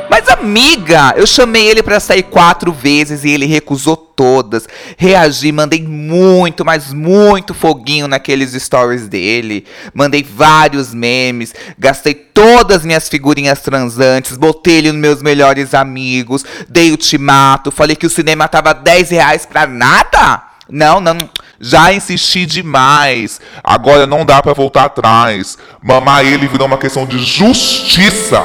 Mas amiga, eu chamei ele pra sair 4 vezes e ele recusou todas. Reagi, mandei muito, mas muito foguinho naqueles stories dele. Mandei vários memes, gastei todas as minhas figurinhas transantes, botei ele nos meus melhores amigos, dei ultimato, falei que o cinema tava R$10 pra nada. Não, já insisti demais. Agora não dá pra voltar atrás. Mamar ele virou uma questão de justiça.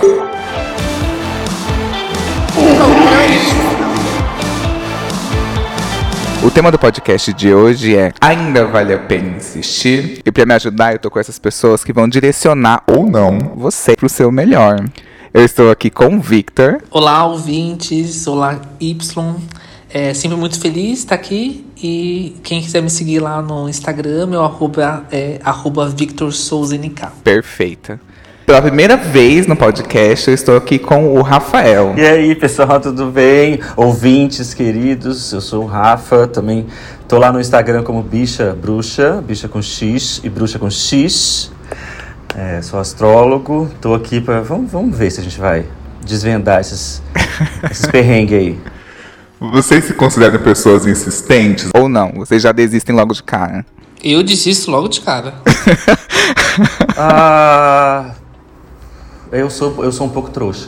O tema do podcast de hoje é: ainda vale a pena insistir? E pra me ajudar, eu tô com essas pessoas que vão direcionar Ou não. você pro seu melhor. Eu estou aqui com o Victor. Olá, ouvintes. Olá, Y. Sempre muito feliz de estar aqui. E quem quiser me seguir lá no Instagram, meu arroba é @VictorSouzNK. Perfeita. Pela primeira vez no podcast, eu estou aqui com o Rafael. E aí, pessoal, tudo bem? Ouvintes queridos, eu sou o Rafa, também tô lá no Instagram como Bicha Bruxa com X e Bruxa com X. Sou astrólogo, tô aqui pra... Vamos ver se a gente vai desvendar esses perrengues aí. Vocês se consideram pessoas insistentes? Ou não, vocês já desistem logo de cara. Eu desisto logo de cara. Eu sou um pouco trouxa.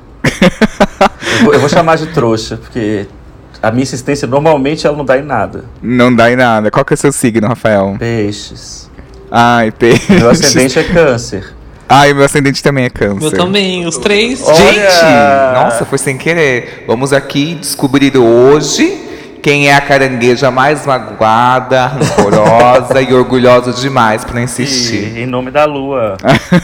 Eu vou chamar de trouxa, porque a minha insistência normalmente ela não dá em nada. Não dá em nada. Qual que é o seu signo, Rafael? Peixes. Ai, peixes. Meu ascendente é câncer. Ai, meu ascendente também é câncer. Eu também, os três. Gente, nossa, foi sem querer. Vamos aqui descobrir hoje quem é a carangueja mais magoada, rancorosa e orgulhosa demais pra insistir. Em nome da lua.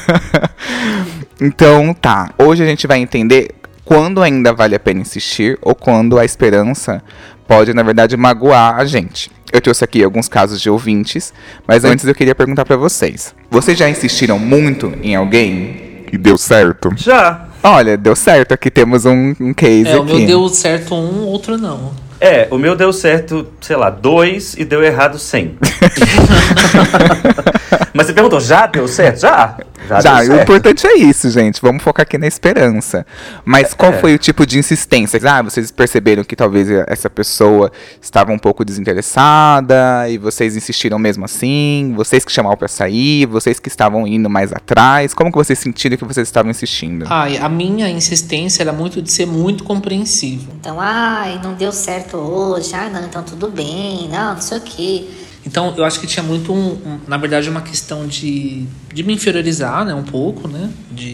Então, tá. Hoje a gente vai entender quando ainda vale a pena insistir ou quando a esperança pode, na verdade, magoar a gente. Eu trouxe aqui alguns casos de ouvintes, mas antes eu queria perguntar pra vocês. Vocês já insistiram muito em alguém? E deu certo? Já. Olha, deu certo. Aqui temos um case aqui. O meu deu certo outro não. O meu deu certo, 2 e deu errado 100. Mas você perguntou, já deu certo? Já deu certo. O importante é isso, gente. Vamos focar aqui na esperança. Mas qual foi o tipo de insistência? Vocês perceberam que talvez essa pessoa estava um pouco desinteressada e vocês insistiram mesmo assim? Vocês que chamaram pra sair? Vocês que estavam indo mais atrás? Como que vocês sentiram que vocês estavam insistindo? A minha insistência era muito de ser muito compreensivo. Então, não deu certo hoje, não, então tudo bem, não sei o quê. Então, eu acho que tinha muito, na verdade, uma questão de me inferiorizar, né, um pouco, né,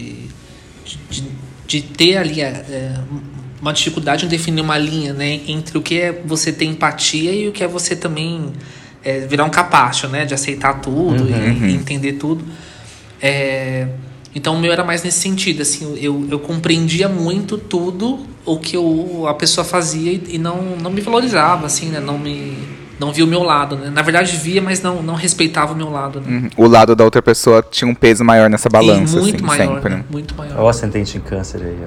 de ter ali uma dificuldade em definir uma linha, né, entre o que é você ter empatia e o que é você também virar um capacho, né, de aceitar tudo e entender tudo. Então, o meu era mais nesse sentido, assim, eu compreendia muito tudo o que a pessoa fazia e não me valorizava, assim, né, não via o meu lado, né? Na verdade via, mas não respeitava o meu lado, né? O lado da outra pessoa tinha um peso maior nessa balança, muito assim, maior, sempre. Né? Muito maior. Olha o ascendente em câncer aí,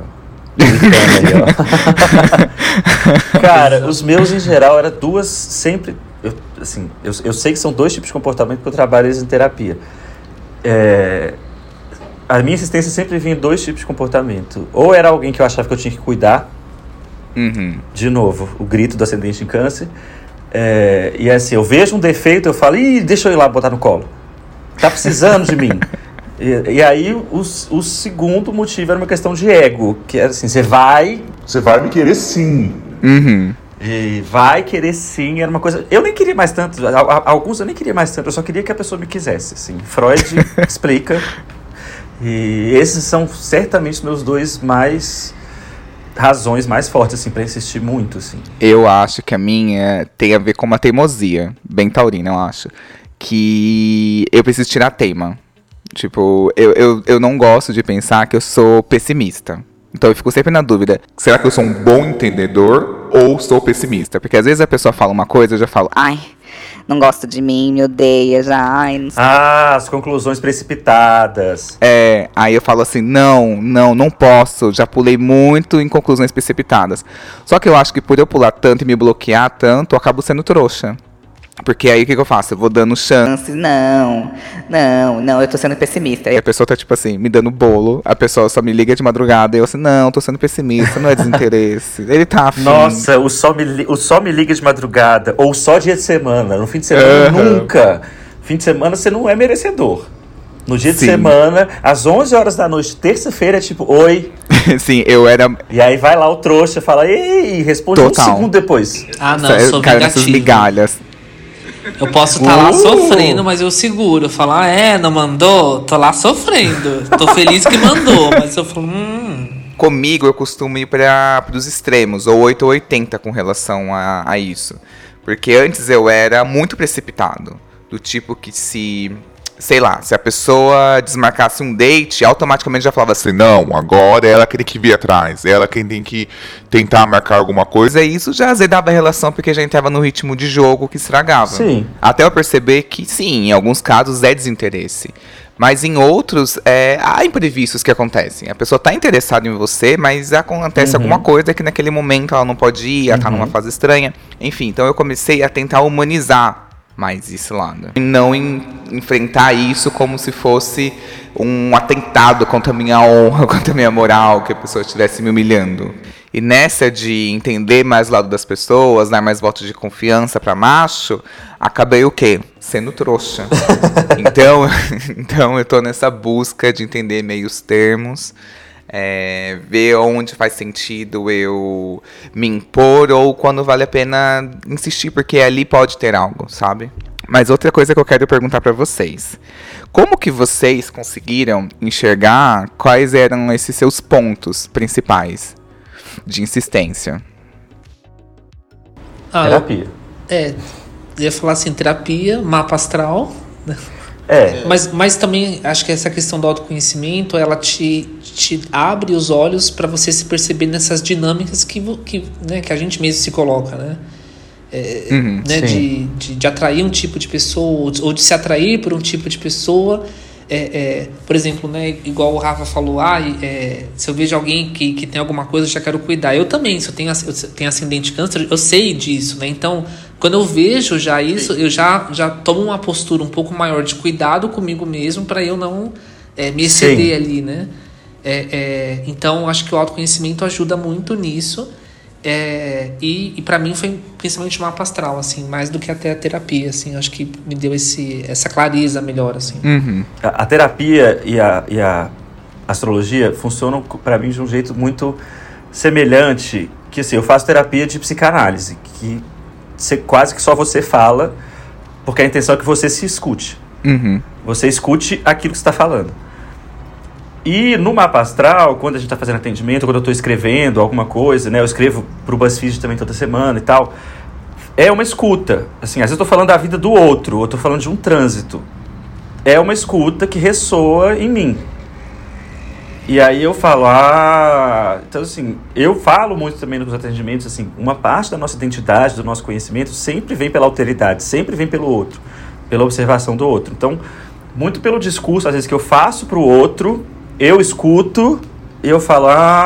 ó. Cara, os meus em geral eram duas, sempre... Eu sei que são 2 tipos de comportamento porque eu trabalho em terapia. A minha insistência sempre vinha em 2 tipos de comportamento. Ou era alguém que eu achava que eu tinha que cuidar. De novo, o grito do ascendente em câncer. E assim, eu vejo um defeito, eu falo, deixa eu ir lá botar no colo. Tá precisando de mim. E aí, o segundo motivo era uma questão de ego. Que era assim, você vai me querer sim. E vai querer sim, era uma coisa... Eu nem queria mais tanto, alguns eu nem queria mais tanto, eu só queria que a pessoa me quisesse, assim. Freud explica. E esses são certamente os meus 2 razões mais fortes, assim, pra insistir muito, assim. Eu acho que a minha tem a ver com uma teimosia, bem taurina, eu acho. Que eu preciso tirar a teima. Tipo, eu não gosto de pensar que eu sou pessimista. Então eu fico sempre na dúvida, será que eu sou um bom entendedor ou sou pessimista? Porque às vezes a pessoa fala uma coisa, eu já falo, Não gosta de mim, me odeia já, não sei. As conclusões precipitadas. Aí eu falo assim, não posso, já pulei muito em conclusões precipitadas. Só que eu acho que por eu pular tanto e me bloquear tanto, eu acabo sendo trouxa. Porque aí o que eu faço? Eu vou dando chance. Não, eu tô sendo pessimista. E a pessoa tá, tipo assim, me dando bolo. A pessoa só me liga de madrugada. E eu assim, não, tô sendo pessimista, não é desinteresse. Ele tá afim. Nossa, o só me liga de madrugada. Ou só dia de semana. No fim de semana, nunca. Fim de semana você não é merecedor. No dia de semana, às 11 horas da noite, terça-feira, é tipo, oi. Sim, eu era... E aí vai lá o trouxa, fala, ei, responde um segundo depois. Ah, não, eu sou cara, nessas vingativo. migalhas. Eu posso estar lá sofrendo, mas eu seguro. Eu falo, não mandou? Tô lá sofrendo. Tô feliz que mandou, mas eu falo, Comigo, eu costumo ir para os extremos, ou 8 ou 80 com relação a isso. Porque antes eu era muito precipitado. Do tipo que sei lá, se a pessoa desmarcasse um date, automaticamente já falava assim, Não, agora ela que tem que vir atrás. Ela quem tem que tentar marcar alguma coisa. e isso já azedava a relação, porque já entrava no ritmo de jogo que estragava. Sim. Até eu perceber que, sim, em alguns casos é desinteresse. Mas em outros, há imprevistos que acontecem. A pessoa está interessada em você, mas acontece alguma coisa que naquele momento ela não pode ir, ela está numa fase estranha. Enfim, então eu comecei a tentar humanizar mais esse lado. E não enfrentar isso como se fosse um atentado contra a minha honra, contra a minha moral, que a pessoa estivesse me humilhando. E nessa de entender mais o lado das pessoas, dar mais votos de confiança pra macho, acabei o quê? Sendo trouxa. Então eu tô nessa busca de entender meios termos, ver onde faz sentido eu me impor ou quando vale a pena insistir, porque ali pode ter algo, sabe? Mas outra coisa que eu quero perguntar pra vocês. Como que vocês conseguiram enxergar quais eram esses seus pontos principais de insistência? Terapia. Eu ia falar assim, terapia, mapa astral, né? Mas também acho que essa questão do autoconhecimento, ela te abre os olhos para você se perceber nessas dinâmicas que a gente mesmo se coloca, né? De atrair um tipo de pessoa ou de se atrair por um tipo de pessoa. Por exemplo, né, igual o Rafa falou, se eu vejo alguém que tem alguma coisa, eu já quero cuidar. Eu também, se eu tenho ascendente câncer, eu sei disso, né? Então, quando eu vejo já isso, eu já tomo uma postura um pouco maior de cuidado comigo mesmo para eu não me exceder ali, né? Então, acho que o autoconhecimento ajuda muito nisso. E para mim foi principalmente o mapa astral, assim, mais do que até a terapia, assim, acho que me deu essa clareza melhor, assim. A terapia e a astrologia funcionam para mim de um jeito muito semelhante, que assim, eu faço terapia de psicanálise, que quase que só você fala, porque a intenção é que você se escute. Você escute aquilo que você está falando. E no mapa astral, quando a gente está fazendo atendimento, quando eu estou escrevendo alguma coisa, né? Eu escrevo para o BuzzFeed também toda semana e tal. É uma escuta. Assim, às vezes eu estou falando da vida do outro, ou estou falando de um trânsito. É uma escuta que ressoa em mim. E aí eu falo, então assim, eu falo muito também nos atendimentos, assim, uma parte da nossa identidade, do nosso conhecimento, sempre vem pela alteridade, sempre vem pelo outro, pela observação do outro. Então, muito pelo discurso, às vezes, que eu faço para o outro, eu escuto e eu falo,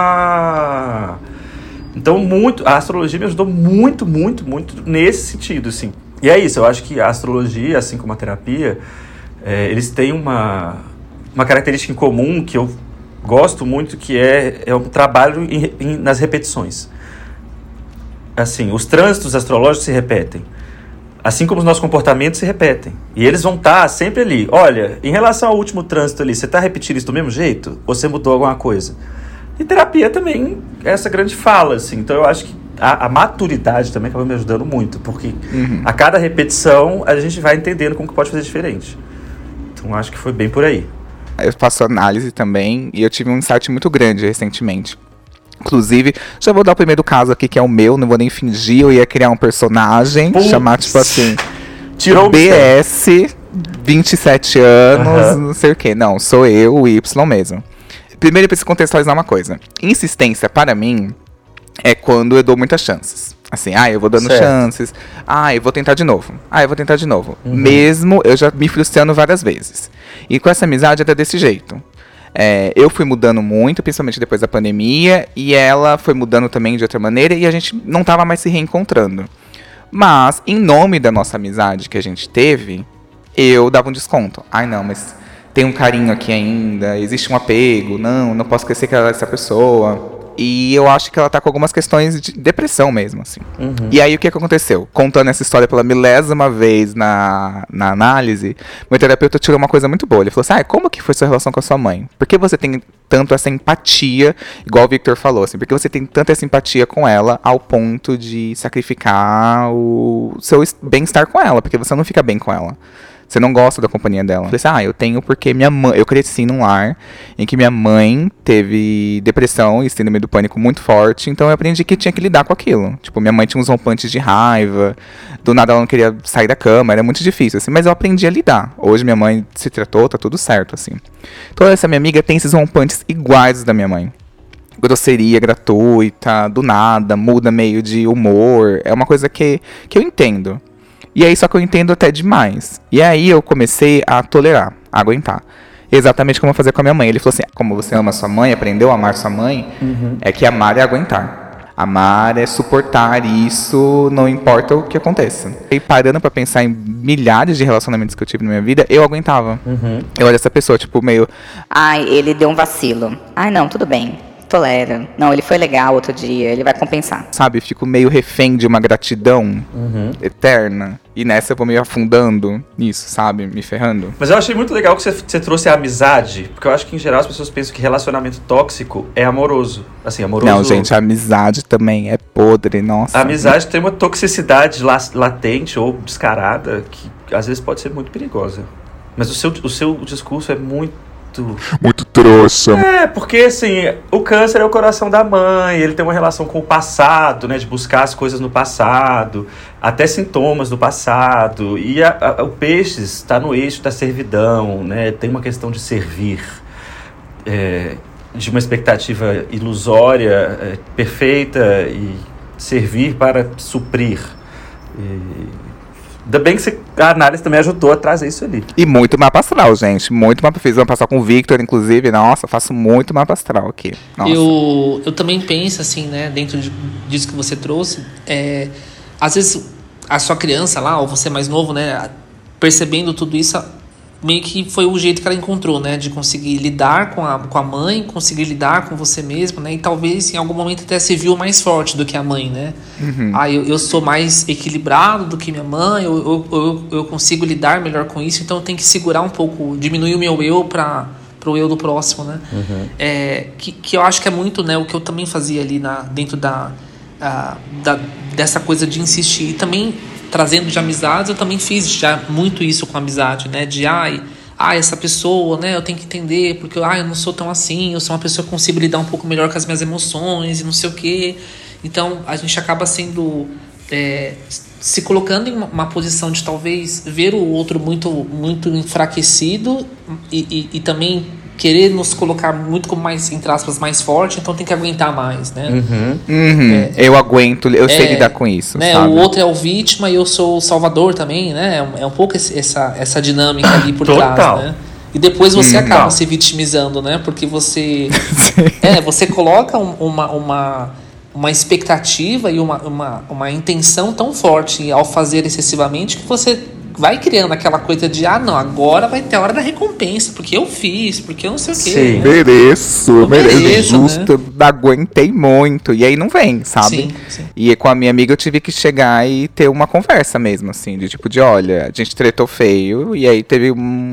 Então, a astrologia me ajudou muito, muito, muito nesse sentido, assim. E é isso, eu acho que a astrologia, assim como a terapia, eles têm uma característica em comum que eu gosto muito, que é um trabalho nas repetições. Assim, os trânsitos astrológicos se repetem. Assim como os nossos comportamentos se repetem. E eles vão estar sempre ali. Olha, em relação ao último trânsito ali, você está repetindo isso do mesmo jeito? Ou você mudou alguma coisa? E terapia também é essa grande fala, assim. Então eu acho que a maturidade também acaba me ajudando muito. Porque a cada repetição a gente vai entendendo como que pode fazer diferente. Então acho que foi bem por aí. Eu faço análise também e eu tive um insight muito grande recentemente. Inclusive, já vou dar o primeiro caso aqui, que é o meu, não vou nem fingir, eu ia criar um personagem, chamar tipo assim, tirou BS, 27 anos, não sei o que. Não, sou eu, o Y mesmo. Primeiro eu preciso contextualizar uma coisa. Insistência, para mim, é quando eu dou muitas chances. Assim, eu vou dando chances, eu vou tentar de novo, eu vou tentar de novo. Mesmo eu já me frustrando várias vezes. E com essa amizade era desse jeito. Eu fui mudando muito, principalmente depois da pandemia, e ela foi mudando também de outra maneira, e a gente não estava mais se reencontrando. Mas, em nome da nossa amizade que a gente teve, eu dava um desconto. Ai, não, mas tem um carinho aqui ainda, existe um apego, não posso esquecer que ela é essa pessoa. E eu acho que ela tá com algumas questões de depressão mesmo, assim. E aí, o que aconteceu? Contando essa história pela milésima vez na análise, meu terapeuta tirou uma coisa muito boa. Ele falou assim, como que foi sua relação com a sua mãe? Por que você tem tanto essa empatia, igual o Victor falou, assim, por que você tem tanta essa empatia com ela ao ponto de sacrificar o seu bem-estar com ela? Porque você não fica bem com ela. Você não gosta da companhia dela. Eu falei assim, eu tenho porque minha mãe... Eu cresci num lar em que minha mãe teve depressão e síndrome do pânico muito forte. Então eu aprendi que tinha que lidar com aquilo. Tipo, minha mãe tinha uns rompantes de raiva. Do nada ela não queria sair da cama. Era muito difícil, assim. Mas eu aprendi a lidar. Hoje minha mãe se tratou, tá tudo certo, assim. Então essa minha amiga tem esses rompantes iguais da minha mãe. Grosseria gratuita, do nada, muda meio de humor. É uma coisa que eu entendo. E aí, só que eu entendo até demais. E aí, eu comecei a tolerar, a aguentar. Exatamente como eu fazia com a minha mãe. Ele falou assim, como você ama sua mãe, aprendeu a amar sua mãe, é que amar é aguentar. Amar é suportar isso, não importa o que aconteça. E parando pra pensar em milhares de relacionamentos que eu tive na minha vida, eu aguentava. Eu era essa pessoa, tipo, meio... Ai, ele deu um vacilo. Ai, não, tudo bem. Tolera. Não, ele foi legal outro dia, ele vai compensar. Sabe, fico meio refém de uma gratidão eterna. E nessa eu vou meio afundando nisso, sabe? Me ferrando. Mas eu achei muito legal que você trouxe a amizade. Porque eu acho que, em geral, as pessoas pensam que relacionamento tóxico é amoroso. Assim, amoroso... Não, gente, a amizade também é podre, nossa. A amizade tem uma toxicidade latente ou descarada que, às vezes, pode ser muito perigosa. Mas o seu discurso é muito trouxa. Porque assim, o câncer é o coração da mãe, ele tem uma relação com o passado, né, de buscar as coisas no passado, até sintomas do passado, e o Peixes está no eixo da servidão, né, tem uma questão de servir, de uma expectativa ilusória, perfeita, e servir para suprir. Ainda bem que a análise também ajudou a trazer isso ali. E muito mapa astral, gente. Muito mapa. Fiz mapa astral com o Victor, inclusive. Nossa, faço muito mapa astral aqui. Nossa. Eu também penso, assim, né? Dentro disso que você trouxe. Às vezes, a sua criança lá, ou você mais novo, né? Percebendo tudo isso, meio que foi o jeito que ela encontrou, né? De conseguir lidar com a mãe, conseguir lidar com você mesmo, né? E talvez em algum momento até se viu mais forte do que a mãe, né? Eu sou mais equilibrado do que minha mãe, eu consigo lidar melhor com isso, então eu tenho que segurar um pouco, diminuir o meu eu para o eu do próximo, né? Que eu acho que é muito, né? O que eu também fazia ali dentro dessa coisa de insistir. E também, trazendo de amizades, eu também fiz já muito isso com amizade, né? De, essa pessoa, né? Eu tenho que entender, porque eu não sou tão assim, eu sou uma pessoa que consigo lidar um pouco melhor com as minhas emoções e não sei o quê. Então, a gente acaba sendo... se colocando em uma posição de talvez ver o outro muito, muito enfraquecido e também querer nos colocar muito como mais, entre aspas, mais forte, então tem que aguentar mais, né? Eu aguento, eu sei lidar com isso, né? sabe? O outro é o vítima e eu sou o salvador também, né? É um pouco essa dinâmica ali por trás, né? E depois você acaba se vitimizando, né? Porque você você coloca uma expectativa e uma intenção tão forte ao fazer excessivamente que você vai criando aquela coisa de agora vai ter a hora da recompensa, porque eu fiz, porque eu não sei o quê. Sim, né? Mereço, justo, né? Aguentei muito, e aí não vem, sabe? Sim. E com a minha amiga eu tive que chegar e ter uma conversa mesmo, assim, de tipo, olha, a gente tretou feio, e aí teve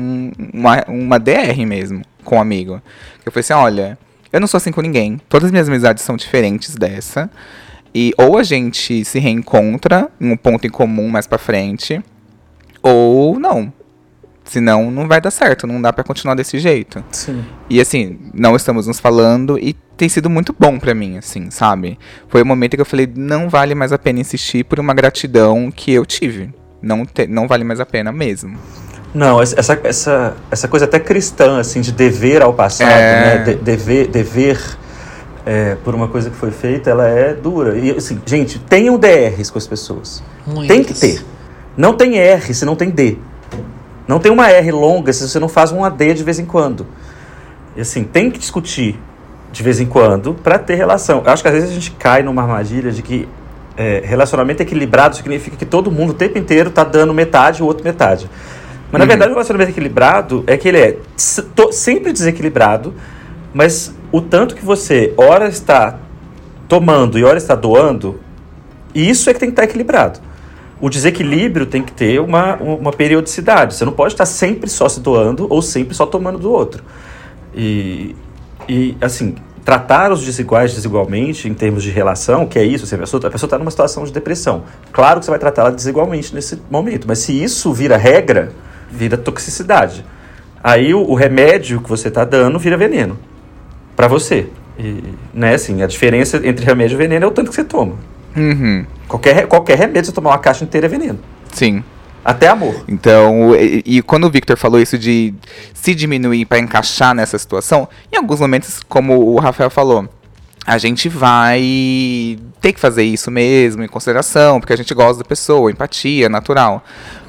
uma DR mesmo com o amigo. Eu falei assim, olha, eu não sou assim com ninguém, todas as minhas amizades são diferentes dessa, e ou a gente se reencontra em um ponto em comum mais pra frente, ou não. Senão não vai dar certo, não dá pra continuar desse jeito. Sim. E assim, não estamos nos falando e tem sido muito bom pra mim, assim, sabe? Foi o momento que eu falei, não vale mais a pena insistir por uma gratidão que eu tive. Não vale mais a pena mesmo. Não, essa coisa até cristã, assim, de dever ao passado, né? Dever por uma coisa que foi feita, ela é dura. E assim, gente, tenham DRs com as pessoas. Muitas. Tem que ter. Não tem R se não tem D. Não tem uma R longa se você não faz uma D de vez em quando. E assim, tem que discutir de vez em quando para ter relação. Eu acho que às vezes a gente cai numa armadilha de que relacionamento equilibrado significa que todo mundo o tempo inteiro tá dando metade e o outro metade. Mas na verdade o relacionamento equilibrado é que ele é sempre desequilibrado, mas o tanto que você ora está tomando e ora está doando, isso é que tem que estar equilibrado. O desequilíbrio tem que ter uma periodicidade. Você não pode estar sempre só se doando ou sempre só tomando do outro. E assim, tratar os desiguais desigualmente em termos de relação, que é isso, assim, a pessoa está numa situação de depressão. Claro que você vai tratá-la desigualmente nesse momento, mas se isso vira regra, vira toxicidade. Aí o remédio que você está dando vira veneno para você. E, né, assim, a diferença entre remédio e veneno é o tanto que você toma. Uhum. Qualquer remédio, você tomar uma caixa inteira é veneno. Sim. Até amor. Então, e quando o Victor falou isso de se diminuir para encaixar nessa situação, em alguns momentos, como o Rafael falou, a gente vai ter que fazer isso mesmo, em consideração, porque a gente gosta da pessoa, empatia, natural.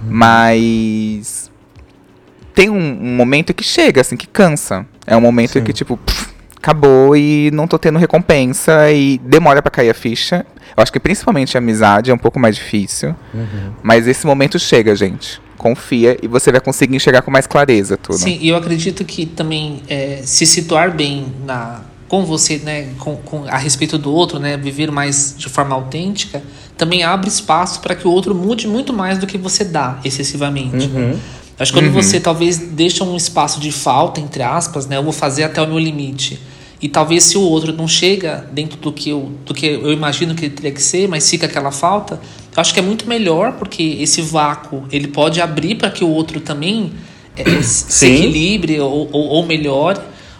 Mas tem um momento que chega, assim, que cansa. É um momento que, tipo, acabou e não tô tendo recompensa e demora pra cair a ficha. Eu acho que principalmente a amizade é um pouco mais difícil. Mas esse momento chega, gente. Confia e você vai conseguir enxergar com mais clareza tudo. Sim, e eu acredito que também se situar bem com você, né, a respeito do outro, né, viver mais de forma autêntica, também abre espaço para que o outro mude muito mais do que você dá excessivamente. Acho que quando você talvez deixa um espaço de falta, entre aspas, né, eu vou fazer até o meu limite. E talvez se o outro não chega dentro do que eu imagino que ele teria que ser, mas fica aquela falta, eu acho que é muito melhor, porque esse vácuo ele pode abrir para que o outro também se equilibre ou melhore.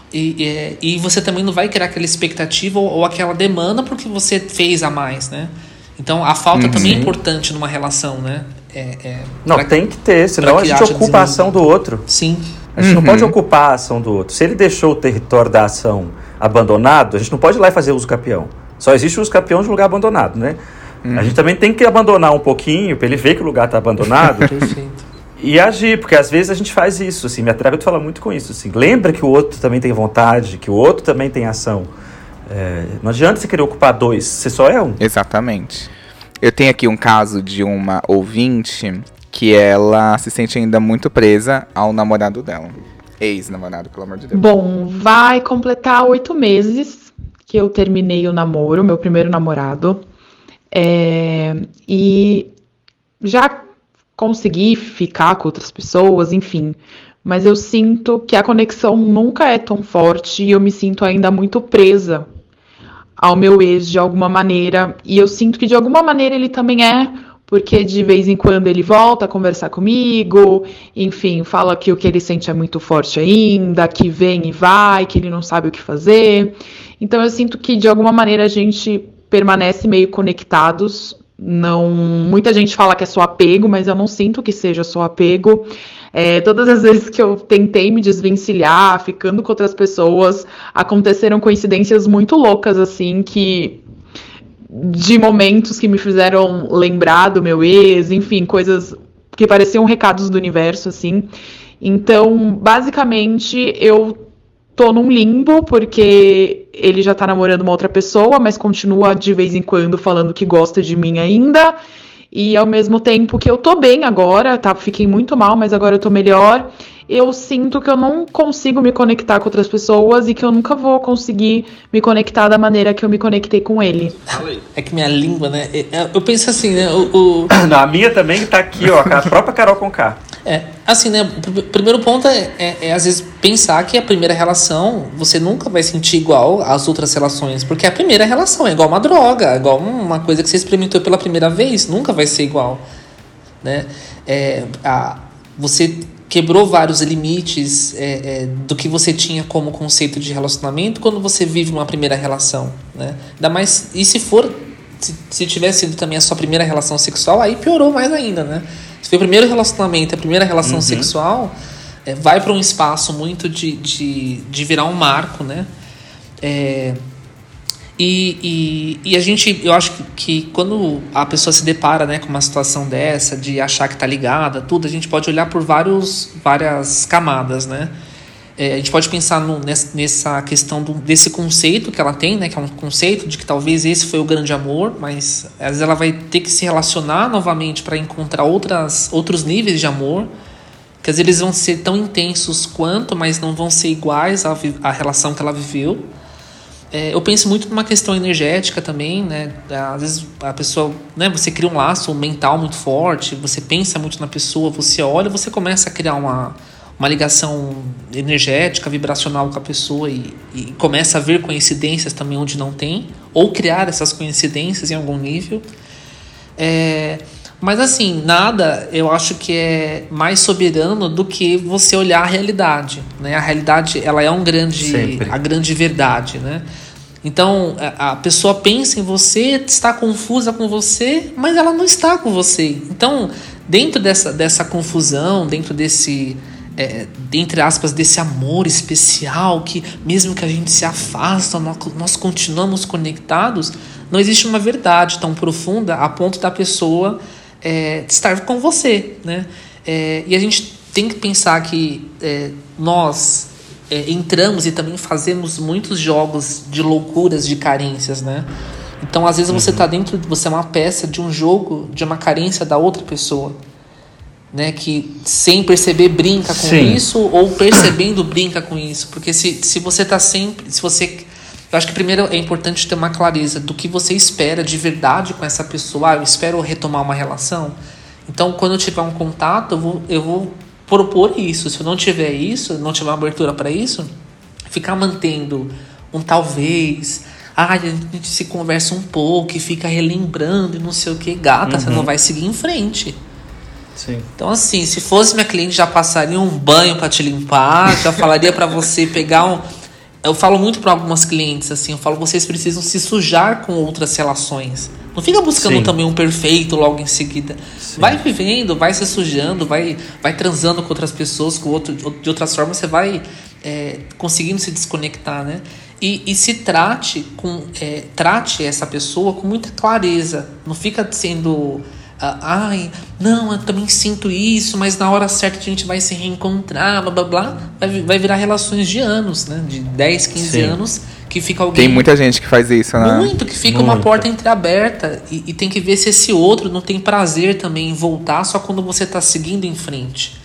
E você também não vai criar aquela expectativa ou aquela demanda porque você fez a mais, né? Então a falta também é importante numa relação, né? Tem que ter, senão a gente ocupa a ação do outro. Sim. A gente não pode ocupar a ação do outro. Se ele deixou o território da ação abandonado, a gente não pode ir lá e fazer uso capião. Só existe uso capião de lugar abandonado, né? A gente também tem que abandonar um pouquinho para ele ver que o lugar está abandonado. Perfeito. E agir, porque às vezes a gente faz isso, assim, minha terapeuta fala muito com isso, assim, lembra que o outro também tem vontade, que o outro também tem ação. Não adianta você querer ocupar dois, você só é um. Exatamente. Eu tenho aqui um caso de uma ouvinte que ela se sente ainda muito presa ao namorado dela. Ex-namorado, pelo amor de Deus. Bom, vai completar 8 meses que eu terminei o namoro, meu primeiro namorado. E já consegui ficar com outras pessoas, enfim. Mas eu sinto que a conexão nunca é tão forte e eu me sinto ainda muito presa ao meu ex de alguma maneira. E eu sinto que de alguma maneira ele também porque de vez em quando ele volta a conversar comigo, enfim, fala que o que ele sente é muito forte ainda, que vem e vai, que ele não sabe o que fazer. Então eu sinto que de alguma maneira a gente permanece meio conectados. Muita gente fala que é só apego, mas eu não sinto que seja só apego. Todas as vezes que eu tentei me desvencilhar, ficando com outras pessoas, aconteceram coincidências muito loucas, assim, de momentos que me fizeram lembrar do meu ex, enfim, coisas que pareciam recados do universo, assim. Então, basicamente, eu tô num limbo, porque ele já tá namorando uma outra pessoa, mas continua de vez em quando falando que gosta de mim ainda. E ao mesmo tempo que eu tô bem agora, tá? Fiquei muito mal, mas agora eu tô melhor. Eu sinto que eu não consigo me conectar com outras pessoas e que eu nunca vou conseguir me conectar da maneira que eu me conectei com ele. É que minha língua, né? Eu penso assim, né? Não, a minha também tá aqui, ó, a própria Carol Conká. Assim, né? O primeiro ponto é às vezes pensar que a primeira relação você nunca vai sentir igual às outras relações, porque a primeira relação é igual uma droga, é igual uma coisa que você experimentou pela primeira vez, nunca vai ser igual, né? Você quebrou vários limites do que você tinha como conceito de relacionamento quando você vive uma primeira relação, né? Ainda mais, e se tivesse sido também a sua primeira relação sexual, aí piorou mais ainda, né? Se foi o primeiro relacionamento, a primeira relação sexual, vai para um espaço muito de virar um marco, né? E eu acho que quando a pessoa se depara, né, com uma situação dessa, de achar que tá ligada, tudo, a gente pode olhar por várias camadas, né? A gente pode pensar nessa questão desse conceito que ela tem, né, que é um conceito de que talvez esse foi o grande amor, mas às vezes ela vai ter que se relacionar novamente para encontrar outros níveis de amor, que às vezes eles vão ser tão intensos quanto, mas não vão ser iguais à relação que ela viveu. Eu penso muito numa questão energética também, né? Às vezes a pessoa, né, você cria um laço mental muito forte, você pensa muito na pessoa, você olha, você começa a criar uma ligação energética, vibracional com a pessoa e começa a ver coincidências também onde não tem, ou criar essas coincidências em algum nível. Mas assim, nada eu acho que é mais soberano do que você olhar a realidade, né? A realidade, ela é a grande verdade, né? Então a pessoa pensa em você, está confusa com você, mas ela não está com você. Então, dentro dessa confusão, dentro desse entre aspas, desse amor especial, que mesmo que a gente se afasta, nós continuamos conectados, não existe uma verdade tão profunda a ponto da pessoa estar com você, né? E a gente tem que pensar que nós entramos e também fazemos muitos jogos de loucuras, de carências, né? Então, às vezes você está dentro, você é uma peça de um jogo, de uma carência da outra pessoa, né, que sem perceber brinca com isso, ou percebendo brinca com isso. Porque se você está sempre... eu acho que primeiro é importante ter uma clareza do que você espera de verdade com essa pessoa. Eu espero retomar uma relação. Então, quando eu tiver um contato, eu vou propor isso. Se eu não tiver isso, não tiver uma abertura para isso, ficar mantendo um talvez... a gente se conversa um pouco e fica relembrando e não sei o que. Gata, você não vai seguir em frente. Sim. Então, assim, se fosse minha cliente, já passaria um banho para te limpar, já falaria para você pegar Eu falo muito para algumas clientes, assim, eu falo, vocês precisam se sujar com outras relações. Não fica buscando também um perfeito logo em seguida. Sim. Vai vivendo, vai se sujando, vai transando com outras pessoas, de outras formas você vai conseguindo se desconectar, né? E se trate essa pessoa com muita clareza. Não fica sendo... não, eu também sinto isso, mas na hora certa a gente vai se reencontrar, blá blá blá. Vai virar relações de anos, né? De 10, 15 anos, que fica alguém... Tem muita gente que faz isso, né? Muito, que fica uma porta entreaberta e tem que ver se esse outro não tem prazer também em voltar só quando você tá seguindo em frente.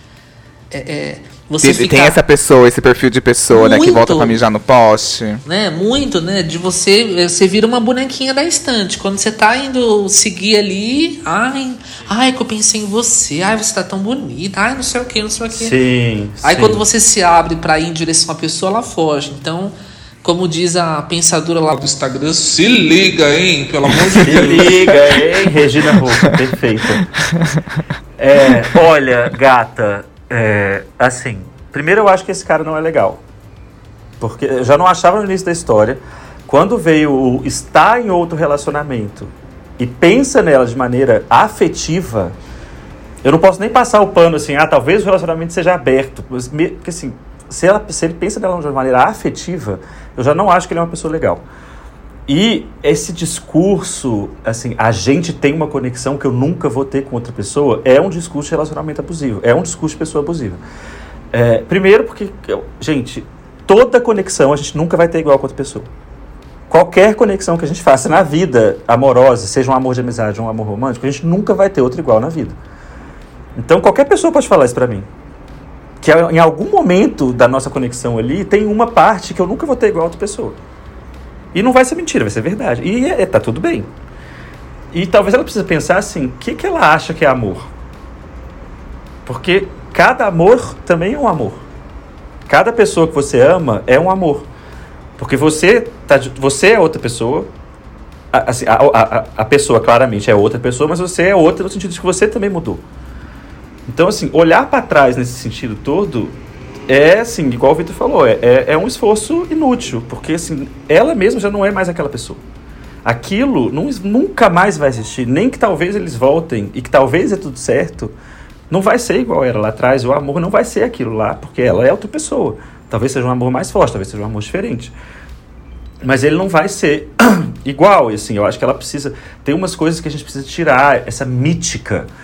Tem essa pessoa, esse perfil de pessoa, muito, né, que volta pra mijar no poste. Né, muito, né, de você vira uma bonequinha da estante. Quando você tá indo seguir ali, que eu pensei em você, você tá tão bonita, não sei o que, não sei o que. Sim. Aí quando você se abre pra ir em direção à pessoa, ela foge. Então, como diz a pensadora lá do Instagram, se liga, hein, pelo amor de Deus. Se liga, hein, Regina Roca, perfeita. Olha, gata... assim, primeiro eu acho que esse cara não é legal. Porque eu já não achava no início da história. Quando veio o estar em outro relacionamento e pensa nela de maneira afetiva, eu não posso nem passar o pano assim, talvez o relacionamento seja aberto. Porque assim, se ele pensa nela de uma maneira afetiva, eu já não acho que ele é uma pessoa legal. E esse discurso, assim, a gente tem uma conexão que eu nunca vou ter com outra pessoa, é um discurso de relacionamento abusivo, é um discurso de pessoa abusiva. Primeiro porque, gente, toda conexão a gente nunca vai ter igual com outra pessoa. Qualquer conexão que a gente faça na vida amorosa, seja um amor de amizade ou um amor romântico, a gente nunca vai ter outro igual na vida. Então qualquer pessoa pode falar isso pra mim. Que em algum momento da nossa conexão ali, tem uma parte que eu nunca vou ter igual a outra pessoa. E não vai ser mentira, vai ser verdade. E tá tudo bem. E talvez ela precise pensar assim, o que ela acha que é amor? Porque cada amor também é um amor. Cada pessoa que você ama é um amor. Porque você é outra pessoa. Assim, a pessoa claramente é outra pessoa, mas você é outra no sentido de que você também mudou. Então, assim, olhar para trás nesse sentido todo... assim, igual o Vitor falou, é um esforço inútil, porque assim, ela mesma já não é mais aquela pessoa. Aquilo nunca mais vai existir, nem que talvez eles voltem e que talvez é tudo certo, não vai ser igual era lá atrás, o amor não vai ser aquilo lá, porque ela é outra pessoa. Talvez seja um amor mais forte, talvez seja um amor diferente. Mas ele não vai ser igual, e assim, eu acho que ela precisa... Tem umas coisas que a gente precisa tirar, essa mítica.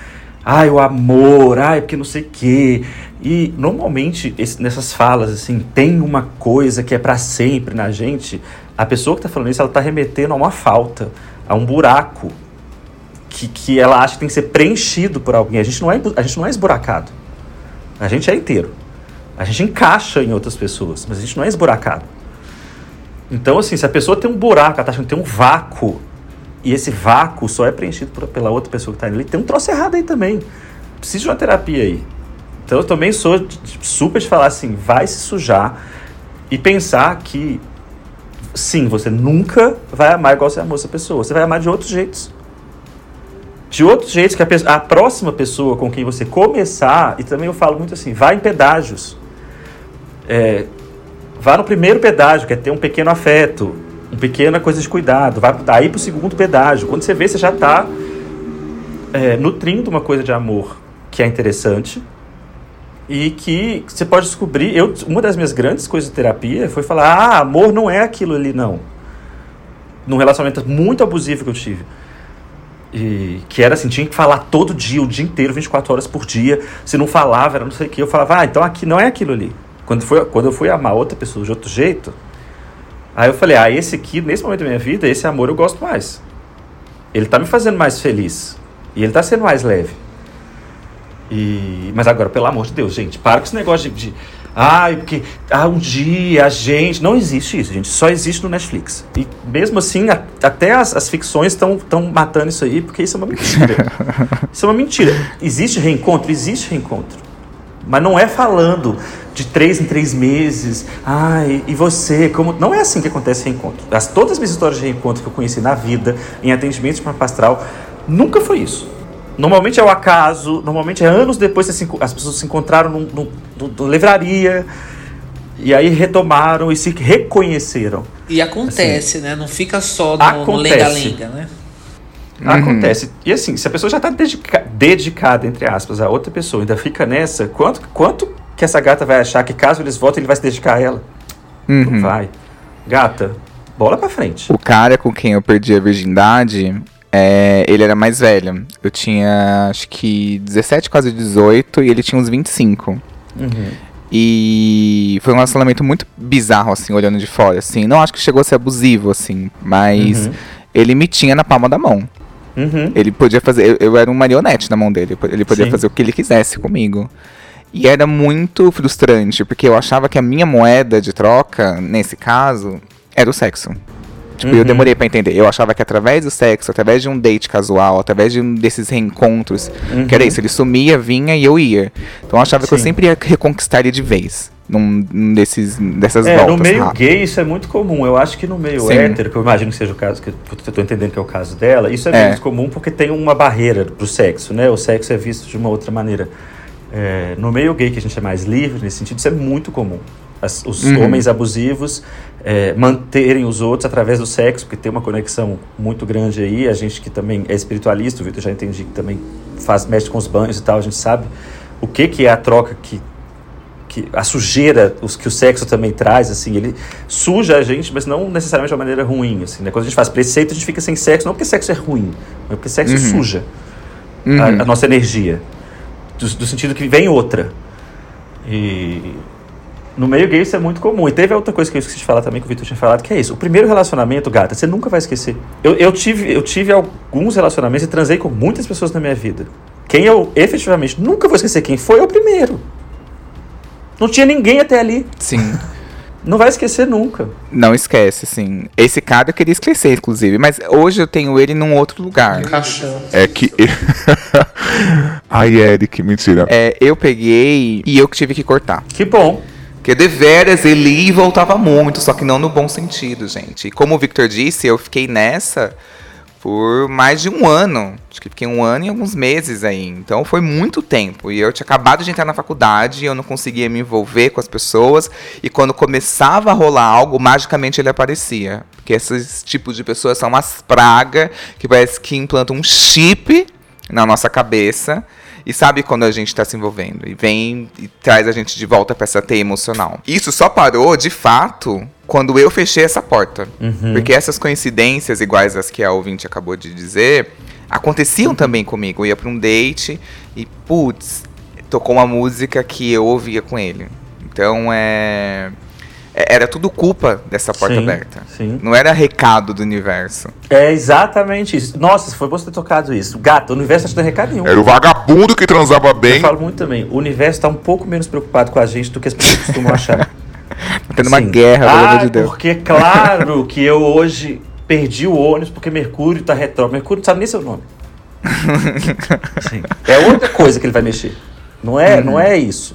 Ai, o amor, ai, porque não sei o quê. E normalmente, nessas falas, assim, tem uma coisa que é pra sempre na gente. A pessoa que tá falando isso, ela tá remetendo a uma falta, a um buraco que ela acha que tem que ser preenchido por alguém. A gente não é esburacado. A gente é inteiro. A gente encaixa em outras pessoas, mas a gente não é esburacado. Então, assim, se a pessoa tem um buraco, ela tá achando que tem um vácuo, e esse vácuo só é preenchido pela outra pessoa que tá ali, tem um troço errado aí também. Precisa de uma terapia aí. Então, eu também sou super de falar assim, vai se sujar e pensar que, sim, você nunca vai amar igual você amou essa pessoa. Você vai amar de outros jeitos. De outros jeitos que a próxima pessoa com quem você começar, e também eu falo muito assim, vai em pedágios. Vá no primeiro pedágio, que é ter um pequeno afeto, uma pequena coisa de cuidado. Vai daí pro segundo pedágio. Quando você vê, você já está nutrindo uma coisa de amor que é interessante e que você pode descobrir. Uma das minhas grandes coisas de terapia foi falar, amor não é aquilo ali, não. Num relacionamento muito abusivo que eu tive. E que era assim, tinha que falar todo dia, o dia inteiro, 24 horas por dia. Se não falava, era não sei o que. Eu falava, então aqui não é aquilo ali. Quando eu fui amar outra pessoa de outro jeito, aí eu falei, esse aqui, nesse momento da minha vida, esse amor eu gosto mais. Ele tá me fazendo mais feliz. E ele tá sendo mais leve. Mas agora, pelo amor de Deus, gente, para com esse negócio porque um dia a gente... Não existe isso, gente. Só existe no Netflix. E mesmo assim, até as ficções estão matando isso aí, porque isso é uma mentira. Isso é uma mentira. Existe reencontro? Existe reencontro. Mas não é falando de 3 em 3 meses. E você? Como... Não é assim que acontece reencontro. Todas as minhas histórias de reencontro que eu conheci na vida, em atendimentos de mapa astral, nunca foi isso. Normalmente é o acaso, normalmente é anos depois que as pessoas se encontraram numa livraria e aí retomaram e se reconheceram. E acontece, assim, né? Não fica só no lenga-lenga, né? Acontece. E assim, se a pessoa já está dedicada, entre aspas, a outra pessoa, ainda fica nessa, quanto que essa gata vai achar que caso eles voltem, ele vai se dedicar a ela? Não vai. Gata, bola pra frente. O cara com quem eu perdi a virgindade... ele era mais velho. Eu tinha, acho que 17, quase 18, e ele tinha uns 25. E foi um relacionamento muito bizarro, assim, olhando de fora, assim. Não acho que chegou a ser abusivo, assim, mas ele me tinha na palma da mão. Ele podia fazer... Eu era um marionete na mão dele. Ele podia fazer o que ele quisesse comigo. E era muito frustrante, porque eu achava que a minha moeda de troca, nesse caso, era o sexo. Tipo, eu demorei pra entender. Eu achava que através do sexo, através de um date casual, através de um desses reencontros, que era isso, ele sumia, vinha e eu ia. Então eu achava que eu sempre ia reconquistar ele de vez. Dessas voltas. No meio gay isso é muito comum. Eu acho que no meio hétero, que eu imagino que seja o caso, que eu tô entendendo que é o caso dela, isso é menos comum porque tem uma barreira pro sexo, né? O sexo é visto de uma outra maneira. No meio gay, que a gente é mais livre nesse sentido, isso é muito comum. Os homens abusivos manterem os outros através do sexo, porque tem uma conexão muito grande aí. A gente que também é espiritualista, o Vitor já entendi que também mexe com os banhos e tal, a gente sabe o que é a troca, a sujeira que o sexo também traz, assim, ele suja a gente, mas não necessariamente de uma maneira ruim, assim, né? Quando a gente faz preceito, a gente fica sem sexo, não porque sexo é ruim, mas porque sexo suja a nossa energia, do sentido que vem outra. E no meio gay isso é muito comum. E teve outra coisa que eu esqueci de falar também, que o Vitor tinha falado, que é isso. O primeiro relacionamento, gata, você nunca vai esquecer. Eu tive alguns relacionamentos e transei com muitas pessoas na minha vida. Quem eu efetivamente nunca vou esquecer quem foi é o primeiro. Não tinha ninguém até ali. Sim. Não vai esquecer nunca. Não esquece, sim. Esse cara eu queria esquecer, inclusive. Mas hoje eu tenho ele num outro lugar. Caixão. É que... Ai, Eric, mentira. Eu peguei e eu que tive que cortar. Que bom. Porque deveras ele ia e voltava muito, só que não no bom sentido, gente. E como o Victor disse, eu fiquei nessa por mais de um ano. Acho que fiquei 1 ano e alguns meses aí. Então foi muito tempo. E eu tinha acabado de entrar na faculdade, eu não conseguia me envolver com as pessoas. E quando começava a rolar algo, magicamente ele aparecia. Porque esses tipos de pessoas são umas pragas que parece que implantam um chip na nossa cabeça. E sabe quando a gente tá se envolvendo. E vem e traz a gente de volta pra essa teia emocional. Isso só parou, de fato, quando eu fechei essa porta. Porque essas coincidências, iguais às que a ouvinte acabou de dizer, aconteciam também comigo. Eu ia pra um date e, putz, tocou uma música que eu ouvia com ele. Então, era tudo culpa dessa porta aberta. Sim. Não era recado do universo. É exatamente isso. Nossa, foi bom você ter tocado isso. Gata, o universo não te dá recado nenhum. Era o vagabundo que transava bem. Eu falo muito também. O universo tá um pouco menos preocupado com a gente do que as pessoas costumam achar. Tá tendo uma guerra, pelo amor de Deus. Porque claro que eu hoje perdi o ônibus porque Mercúrio tá retrógrado. Mercúrio não sabe nem seu nome. Sim. É outra coisa que ele vai mexer. Não é isso.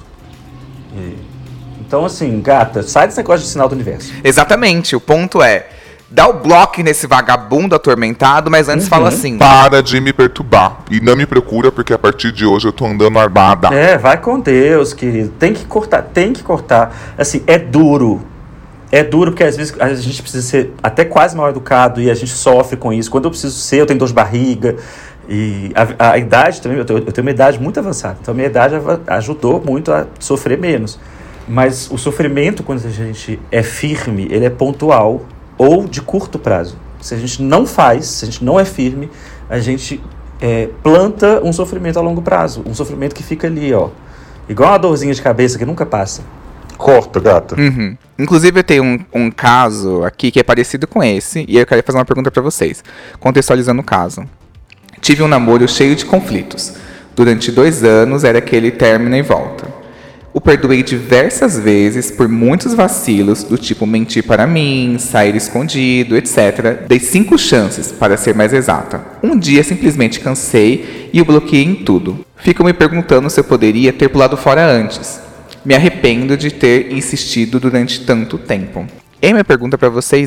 Então, assim, gata, sai desse negócio de sinal do universo. Exatamente. O ponto é, dá o bloco nesse vagabundo atormentado, mas antes fala assim. Para de me perturbar. E não me procura, porque a partir de hoje eu tô andando armada. Vai com Deus, querido. Tem que cortar. Assim, é duro. É duro porque às vezes a gente precisa ser até quase mal educado e a gente sofre com isso. Quando eu preciso ser, eu tenho dor de barriga. E a idade também, eu tenho uma idade muito avançada. Então a minha idade ajudou muito a sofrer menos. Mas o sofrimento, quando a gente é firme, ele é pontual ou de curto prazo. Se a gente não faz, se a gente não é firme, a gente planta um sofrimento a longo prazo. Um sofrimento que fica ali, ó. Igual uma dorzinha de cabeça que nunca passa. Corta, gata. Uhum. Inclusive, eu tenho um caso aqui que é parecido com esse, e eu quero fazer uma pergunta pra vocês, contextualizando o caso. Tive um namoro cheio de conflitos. Durante 2 anos, era aquele término e volta. O perdoei diversas vezes por muitos vacilos, do tipo mentir para mim, sair escondido, etc. Dei 5 chances, para ser mais exata. Um dia simplesmente cansei e o bloqueei em tudo. Fico me perguntando se eu poderia ter pulado fora antes. Me arrependo de ter insistido durante tanto tempo. E minha pergunta para vocês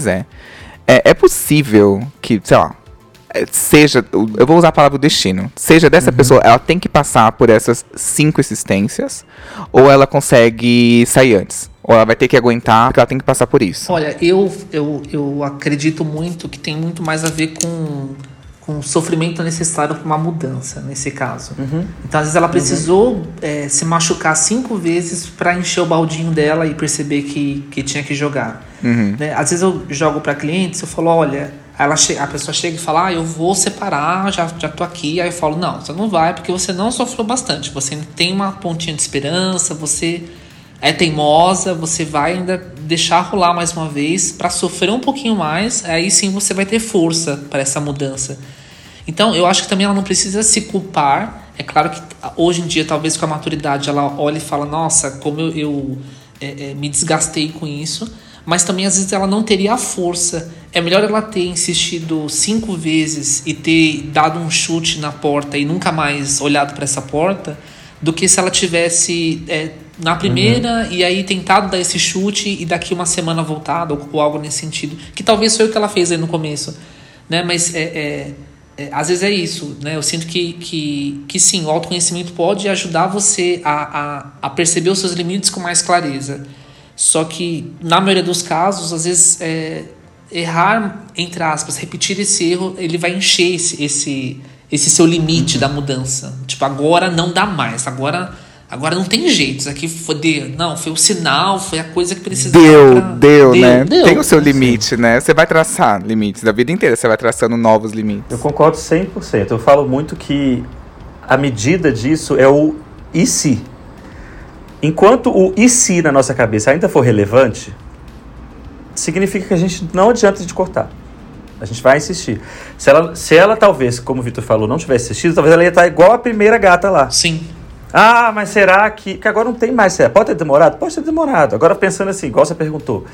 é possível que, sei lá, seja, eu vou usar a palavra destino, seja dessa pessoa, ela tem que passar por essas 5 existências, ou ela consegue sair antes? Ou ela vai ter que aguentar, porque ela tem que passar por isso? Olha, eu acredito muito que tem muito mais a ver com o sofrimento necessário para uma mudança, nesse caso. Então, às vezes, ela precisou se machucar 5 vezes para encher o baldinho dela e perceber que tinha que jogar. Né? Às vezes, eu jogo para clientes, eu falo, olha... a pessoa chega e fala, eu vou separar, já tô aqui. Aí eu falo, não, você não vai, porque você não sofreu bastante. Você tem uma pontinha de esperança, você é teimosa, você vai ainda deixar rolar mais uma vez para sofrer um pouquinho mais, aí sim você vai ter força para essa mudança. Então, eu acho que também ela não precisa se culpar. É claro que hoje em dia, talvez com a maturidade, ela olha e fala, nossa, como eu me desgastei com isso. Mas também, às vezes, ela não teria a força. É melhor ela ter insistido 5 vezes e ter dado um chute na porta e nunca mais olhado para essa porta, do que se ela tivesse na primeira e aí tentado dar esse chute e daqui uma semana voltado ou algo nesse sentido. Que talvez foi o que ela fez aí no começo. Né? Mas às vezes é isso. Né? Eu sinto que sim, o autoconhecimento pode ajudar você a perceber os seus limites com mais clareza. Só que, na maioria dos casos, às vezes, errar, entre aspas, repetir esse erro, ele vai encher esse seu limite da mudança. Tipo, agora não dá mais, agora não tem jeito. Isso aqui foi o sinal, foi a coisa que precisava. Deu, né? Tem o seu limite, né? Você vai traçar limites da vida inteira, você vai traçando novos limites. Eu concordo 100%. Eu falo muito que a medida disso é o e se. Enquanto o e se na nossa cabeça ainda for relevante, significa que a gente não adianta de cortar. A gente vai insistir. Se ela talvez, como o Vitor falou, não tivesse assistido, talvez ela ia estar igual a primeira gata lá. Sim. Ah, mas será que agora não tem mais? Pode ter demorado? Pode ter demorado. Agora pensando assim, igual você perguntou,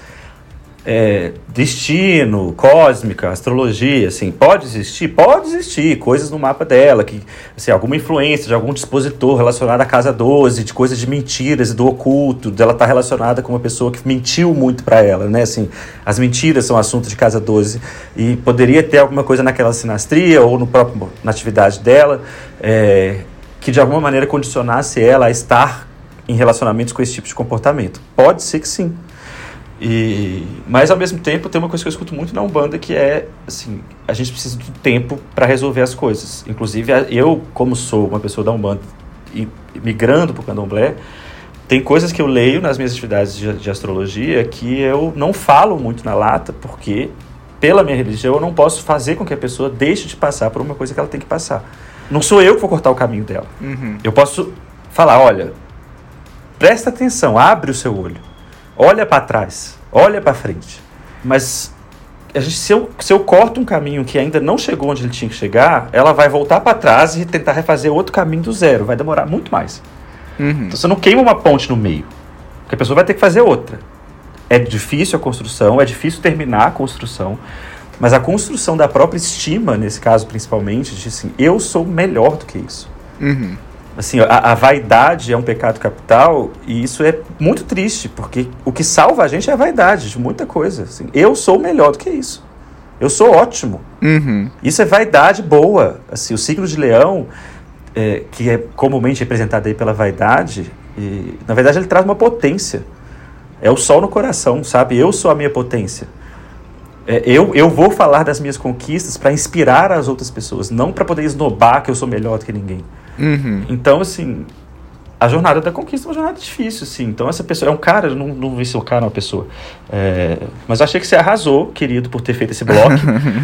destino, cósmica, astrologia, assim, pode existir? Pode existir coisas no mapa dela, que, assim, alguma influência de algum dispositor relacionado à casa 12, de coisas de mentiras e do oculto, dela estar relacionada com uma pessoa que mentiu muito para ela, né, assim, as mentiras são assunto de casa 12, e poderia ter alguma coisa naquela sinastria ou na atividade dela, que de alguma maneira condicionasse ela a estar em relacionamentos com esse tipo de comportamento. Pode ser que sim. Mas ao mesmo tempo tem uma coisa que eu escuto muito na Umbanda, que é assim, a gente precisa do tempo para resolver as coisas. Inclusive eu, como sou uma pessoa da Umbanda e migrando para o Candomblé, tem coisas que eu leio nas minhas atividades de astrologia que eu não falo muito na lata, porque pela minha religião, eu não posso fazer com que a pessoa deixe de passar por uma coisa que ela tem que passar. Não sou eu que vou cortar o caminho dela. Eu posso falar, olha, presta atenção, abre o seu olho, olha para trás, olha para frente. Mas se eu corto um caminho que ainda não chegou onde ele tinha que chegar, ela vai voltar para trás e tentar refazer outro caminho do zero. Vai demorar muito mais. Então você não queima uma ponte no meio, porque a pessoa vai ter que fazer outra. É difícil a construção, é difícil terminar a construção, mas a construção da própria estima, nesse caso principalmente, de assim, eu sou melhor do que isso. Assim, a vaidade é um pecado capital e isso é muito triste, porque o que salva a gente é a vaidade de muita coisa. Assim, eu sou melhor do que isso. Eu sou ótimo. Isso é vaidade boa. Assim, o signo de Leão, que é comumente representado aí pela vaidade, e, na verdade ele traz uma potência. É o sol no coração, sabe? Eu sou a minha potência. Eu vou falar das minhas conquistas para inspirar as outras pessoas, não para poder esnobar que eu sou melhor do que ninguém. Então, assim, a jornada da conquista é uma jornada difícil, assim. Então, essa pessoa é um cara, eu não vi se o cara é uma pessoa. Mas eu achei que você arrasou, querido, por ter feito esse bloco.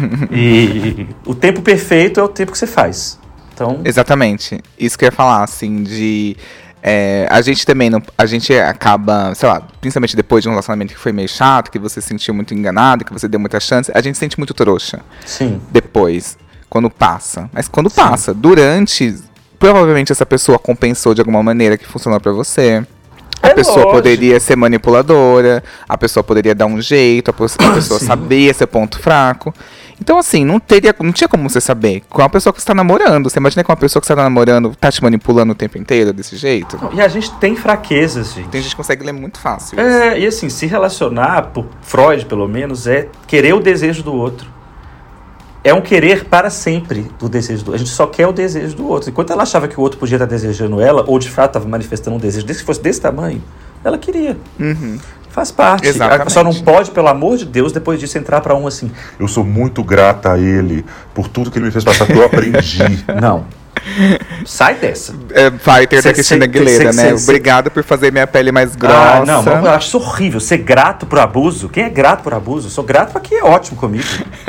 E o tempo perfeito é o tempo que você faz. Então... Exatamente. Isso que eu ia falar, assim, de... a gente também não, a gente acaba, sei lá, principalmente depois de um relacionamento que foi meio chato, que você se sentiu muito enganado, que você deu muita chance, a gente se sente muito trouxa. Sim. Depois, quando passa. Mas quando passa, durante, provavelmente essa pessoa compensou de alguma maneira que funcionou pra você. A pessoa lógico. poderia ser manipuladora, a pessoa poderia dar um jeito, a pessoa sabia seu ponto fraco. Então, assim, não tinha como você saber com a pessoa que você está namorando. Você imagina que uma pessoa que você está namorando tá te manipulando o tempo inteiro desse jeito? Não, e a gente tem fraquezas, gente. Tem gente que consegue ler muito fácil isso. E assim, se relacionar, por Freud pelo menos, é querer o desejo do outro. É um querer para sempre do desejo do outro. A gente só quer o desejo do outro. Enquanto ela achava que o outro podia estar desejando ela, ou de fato estava manifestando um desejo desse que fosse desse tamanho, ela queria. Faz parte. Exatamente. Só não pode, pelo amor de Deus, depois disso entrar para um assim. Eu sou muito grata a ele por tudo que ele me fez passar, porque eu aprendi. Não. Sai dessa. Fighter da Cristina Aguilera, né? Obrigado por fazer minha pele mais grossa. Não, eu acho isso horrível. Ser grato por abuso. Quem é grato por abuso? Eu sou grato para quem é ótimo comigo.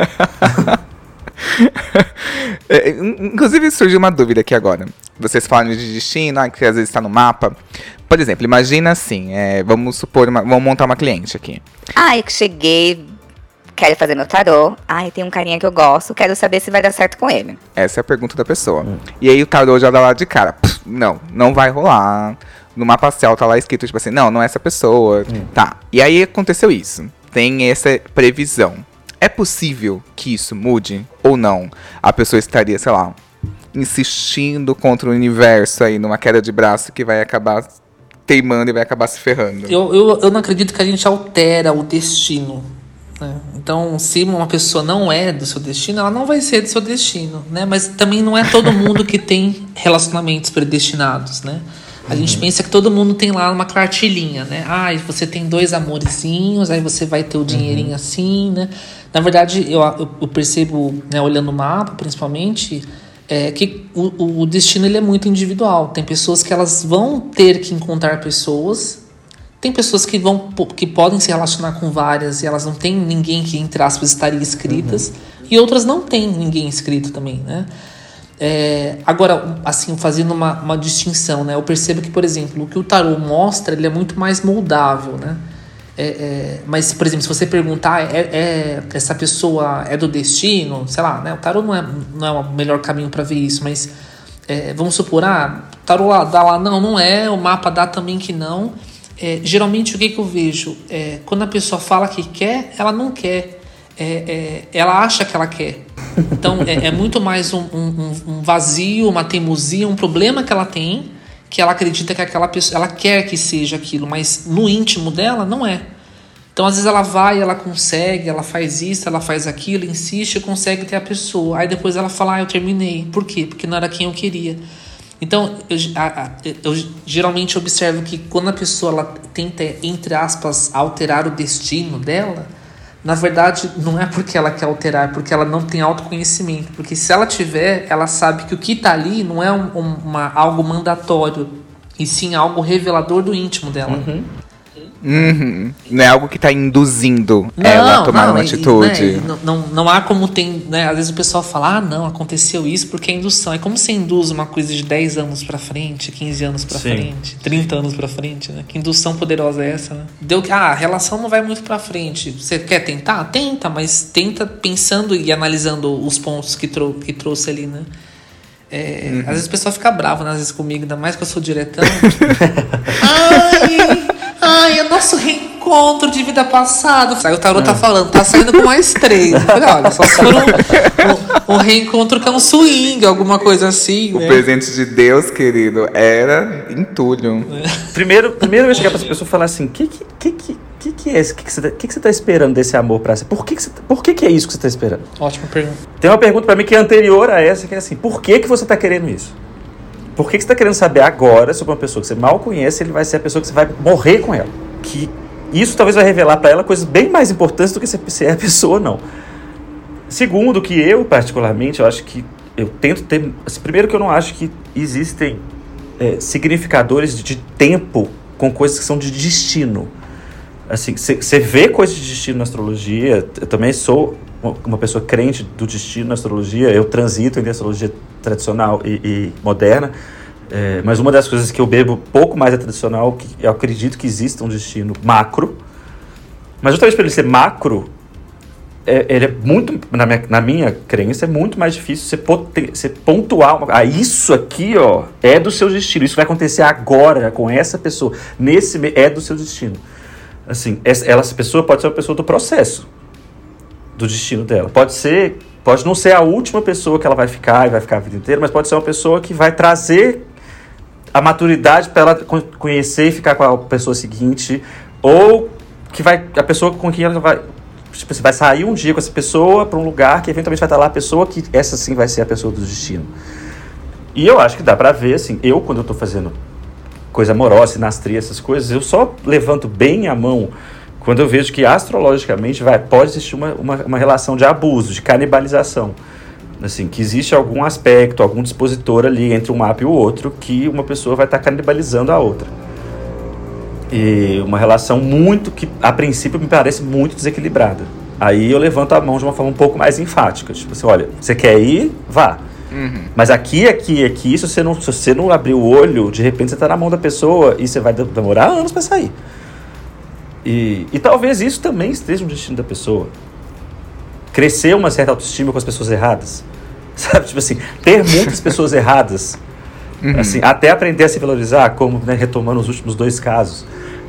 Inclusive surgiu uma dúvida aqui agora. Vocês falam de destino, que às vezes está no mapa. Por exemplo, imagina assim, vamos supor, vamos montar uma cliente aqui. Ai, que cheguei, quero fazer meu tarô. Ai, tem um carinha que eu gosto, quero saber se vai dar certo com ele. Essa é a pergunta da pessoa. E aí o tarô já dá lá de cara. Não vai rolar. No mapa astral tá lá escrito, tipo assim, não é essa pessoa. Tá, e aí aconteceu isso. Tem essa previsão. É possível que isso mude ou não? A pessoa estaria, sei lá, insistindo contra o universo aí, numa queda de braço que vai acabar teimando e vai acabar se ferrando. Eu não acredito que a gente altera o destino, né? Então, se uma pessoa não é do seu destino, ela não vai ser do seu destino, né? Mas também não é todo mundo que tem relacionamentos predestinados, né? A gente pensa que todo mundo tem lá uma cartilhinha, né? Você tem 2 amorezinhos, aí você vai ter o dinheirinho assim, né? Na verdade, eu percebo, né, olhando o mapa, principalmente, que o destino ele é muito individual. Tem pessoas que elas vão ter que encontrar pessoas, tem pessoas que podem se relacionar com várias e elas não têm ninguém que, entre aspas, estaria escritas, e outras não têm ninguém escrito também, né? Agora, assim, fazendo uma distinção, né? Eu percebo que, por exemplo, o que o tarô mostra, ele é muito mais moldável, né? Mas, por exemplo, se você perguntar, essa pessoa é do destino, sei lá, né? O tarô não é o melhor caminho para ver isso, mas vamos supor, o tarô dá lá, não é, o mapa dá também que não. Geralmente, o que eu vejo? Quando a pessoa fala que quer, ela não quer. Ela acha que ela quer. Então, é muito mais um vazio, uma teimosia, um problema que ela tem, que ela acredita que aquela pessoa, ela quer que seja aquilo, mas no íntimo dela não é. Então, às vezes ela vai, ela consegue, ela faz isso, ela faz aquilo, insiste e consegue ter a pessoa. Aí depois ela fala, eu terminei. Por quê? Porque não era quem eu queria. Então, eu geralmente observo que quando a pessoa ela tenta, entre aspas, alterar o destino dela, na verdade, não é porque ela quer alterar, é porque ela não tem autoconhecimento. Porque se ela tiver, ela sabe que o que está ali não é algo mandatório, e sim algo revelador do íntimo dela. Não é algo que tá induzindo ela a tomar uma atitude. Não há como tem, né? Às vezes o pessoal fala, não, aconteceu isso porque é indução. É como você induz uma coisa de 10 anos pra frente, 15 anos pra frente, 30 anos pra frente, né? Que indução poderosa é essa, né? A relação não vai muito pra frente. Você quer tentar? Tenta, mas tenta pensando e analisando os pontos que trouxe ali, né? Às vezes o pessoal fica bravo, né? Às vezes comigo, ainda mais que eu sou diretão. Ai, é nosso reencontro de vida passada. Aí o tarô tá falando, tá saindo com mais 3. Eu falei, olha, só se for um reencontro que é um swing, alguma coisa assim. O presente de Deus, querido, era entulho. Primeiro eu ia chegar pra essa pessoa e falar assim: que é isso? O que você tá esperando desse amor pra você? Por que é isso que você tá esperando? Ótima pergunta. Tem uma pergunta pra mim que é anterior a essa, que é assim: por que você tá querendo isso? Por que você tá querendo saber agora sobre uma pessoa que você mal conhece, ele vai ser a pessoa que você vai morrer com ela? Que isso talvez vai revelar pra ela coisas bem mais importantes do que se é a pessoa ou não. Segundo, que eu, particularmente, eu acho que eu tento ter... Assim, primeiro que eu não acho que existem significadores de tempo com coisas que são de destino. Assim, você vê coisas de destino na astrologia. Eu também sou uma pessoa crente do destino na astrologia. Eu transito entre a astrologia tradicional e moderna. Mas uma das coisas que eu bebo pouco mais é tradicional, que eu acredito que exista um destino macro. Mas justamente por ele ser macro, ele é muito, na minha crença, é muito mais difícil você pontuar. Isso aqui, ó, é do seu destino. Isso vai acontecer agora com essa pessoa. É do seu destino. Assim, essa pessoa pode ser uma pessoa do processo do destino dela. Pode não ser a última pessoa que ela vai ficar e vai ficar a vida inteira, mas pode ser uma pessoa que vai trazer a maturidade para ela conhecer e ficar com a pessoa seguinte, ou que a pessoa com quem ela vai... Tipo, você vai sair um dia com essa pessoa para um lugar que eventualmente vai estar lá a pessoa que essa sim vai ser a pessoa do destino. E eu acho que dá para ver, assim, quando eu estou fazendo coisa amorosa, sinastria, essas coisas, eu só levanto bem a mão quando eu vejo que astrologicamente pode existir uma relação de abuso, de canibalização. Assim, que existe algum aspecto, algum dispositor ali entre um mapa e o outro, que uma pessoa vai estar canibalizando a outra. E uma relação que a princípio me parece muito desequilibrada. Aí eu levanto a mão de uma forma um pouco mais enfática. Tipo assim, olha, você quer ir? Vá. Mas aqui, se você não abrir o olho, de repente você está na mão da pessoa e você vai demorar anos para sair. E talvez isso também esteja no destino da pessoa. Crescer uma certa autoestima com as pessoas erradas. Sabe? Tipo assim, ter muitas pessoas erradas. Assim, até aprender a se valorizar, como, né, retomando os últimos 2 casos.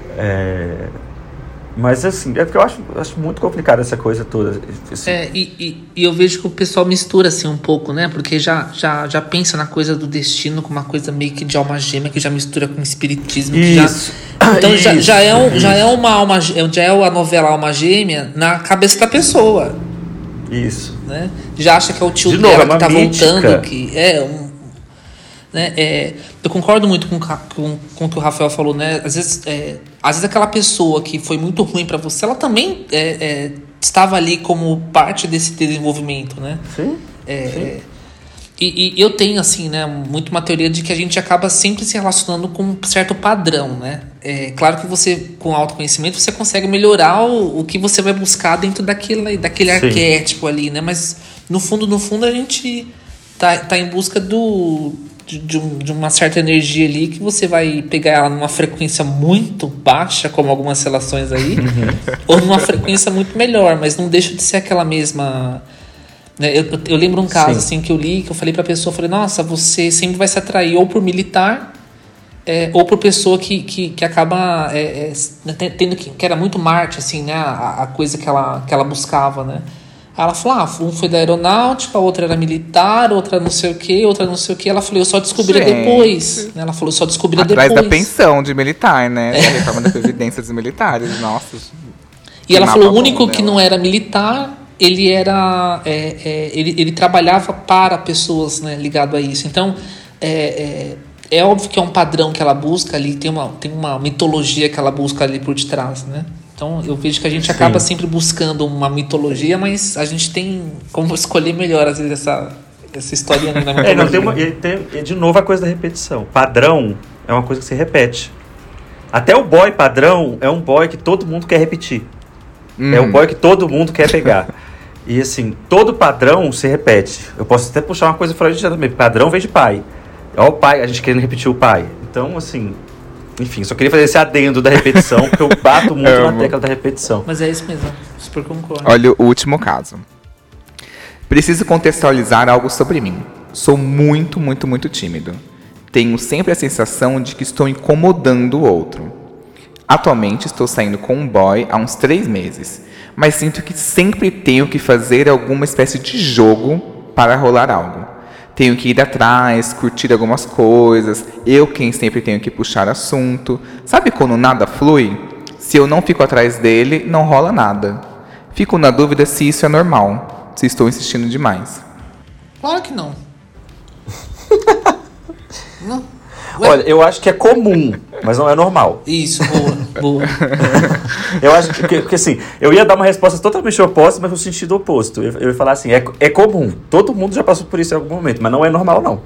Mas assim, é porque eu acho muito complicado essa coisa toda. Assim. E eu vejo que o pessoal mistura assim um pouco, né? Porque já pensa na coisa do destino como uma coisa meio que de alma gêmea, que já mistura com espiritismo. Isso. Então já é a novela Alma Gêmea na cabeça da pessoa. Isso. Né? Já acha que é o tio de dela novo, que tá mítica. voltando, que né? Eu concordo muito com o que o Rafael falou, né? Às vezes aquela pessoa que foi muito ruim para você, ela também estava ali como parte desse desenvolvimento, né? Sim. E eu tenho, assim, né, muito uma teoria de que a gente acaba sempre se relacionando com um certo padrão, né? Claro que você, com autoconhecimento, você consegue melhorar o que você vai buscar dentro daquele arquétipo ali, né? Mas, no fundo, a gente tá em busca de uma certa energia ali que você vai pegar ela numa frequência muito baixa, como algumas relações aí, ou numa frequência muito melhor, mas não deixa de ser aquela mesma... Eu lembro um caso assim, que eu li, que eu falei pra pessoa, falei, nossa, você sempre vai se atrair ou por militar ou por pessoa que acaba tendo que era muito Marte, assim, né, a coisa que ela buscava, né. Ela falou, um foi da aeronáutica, outra era militar, outra não sei o que. Ela falou, eu só descobri depois. Ela falou, só descobri depois. Atrás da pensão de militar, né? A reforma da Previdência dos militares, nossa. E ela falou, o único que não era militar, ele era... ele trabalhava para pessoas, né, ligado a isso. Então, é óbvio que é um padrão que ela busca ali, tem uma mitologia que ela busca ali por detrás, né? Então, eu vejo que a gente acaba sempre buscando uma mitologia, mas a gente tem como escolher melhor, às vezes, essa historinha na mitologia. De novo, a coisa da repetição. Padrão é uma coisa que se repete. Até o boy padrão é um boy que todo mundo quer repetir. É um boy que todo mundo quer pegar. E assim, todo padrão se repete. Eu posso até puxar uma coisa freudiana também. Padrão vem de pai. Ó o pai, a gente querendo repetir o pai. Então, assim... Enfim, só queria fazer esse adendo da repetição, porque eu bato muito na tecla da repetição. Mas é isso mesmo, super concordo. Olha o último caso. Preciso contextualizar algo sobre mim. Sou muito, muito, muito tímido. Tenho sempre a sensação de que estou incomodando o outro. Atualmente estou saindo com um boy há uns 3 meses, mas sinto que sempre tenho que fazer alguma espécie de jogo para rolar algo. Tenho que ir atrás, curtir algumas coisas, eu quem sempre tenho que puxar assunto. Sabe quando nada flui? Se eu não fico atrás dele, não rola nada. Fico na dúvida se isso é normal, se estou insistindo demais. Claro que não. Não. Olha, eu acho que é comum, mas não é normal. Isso, boa. Eu acho que assim, eu ia dar uma resposta totalmente oposta, mas no sentido oposto. Eu ia falar assim, é comum. Todo mundo já passou por isso em algum momento, mas não é normal, não.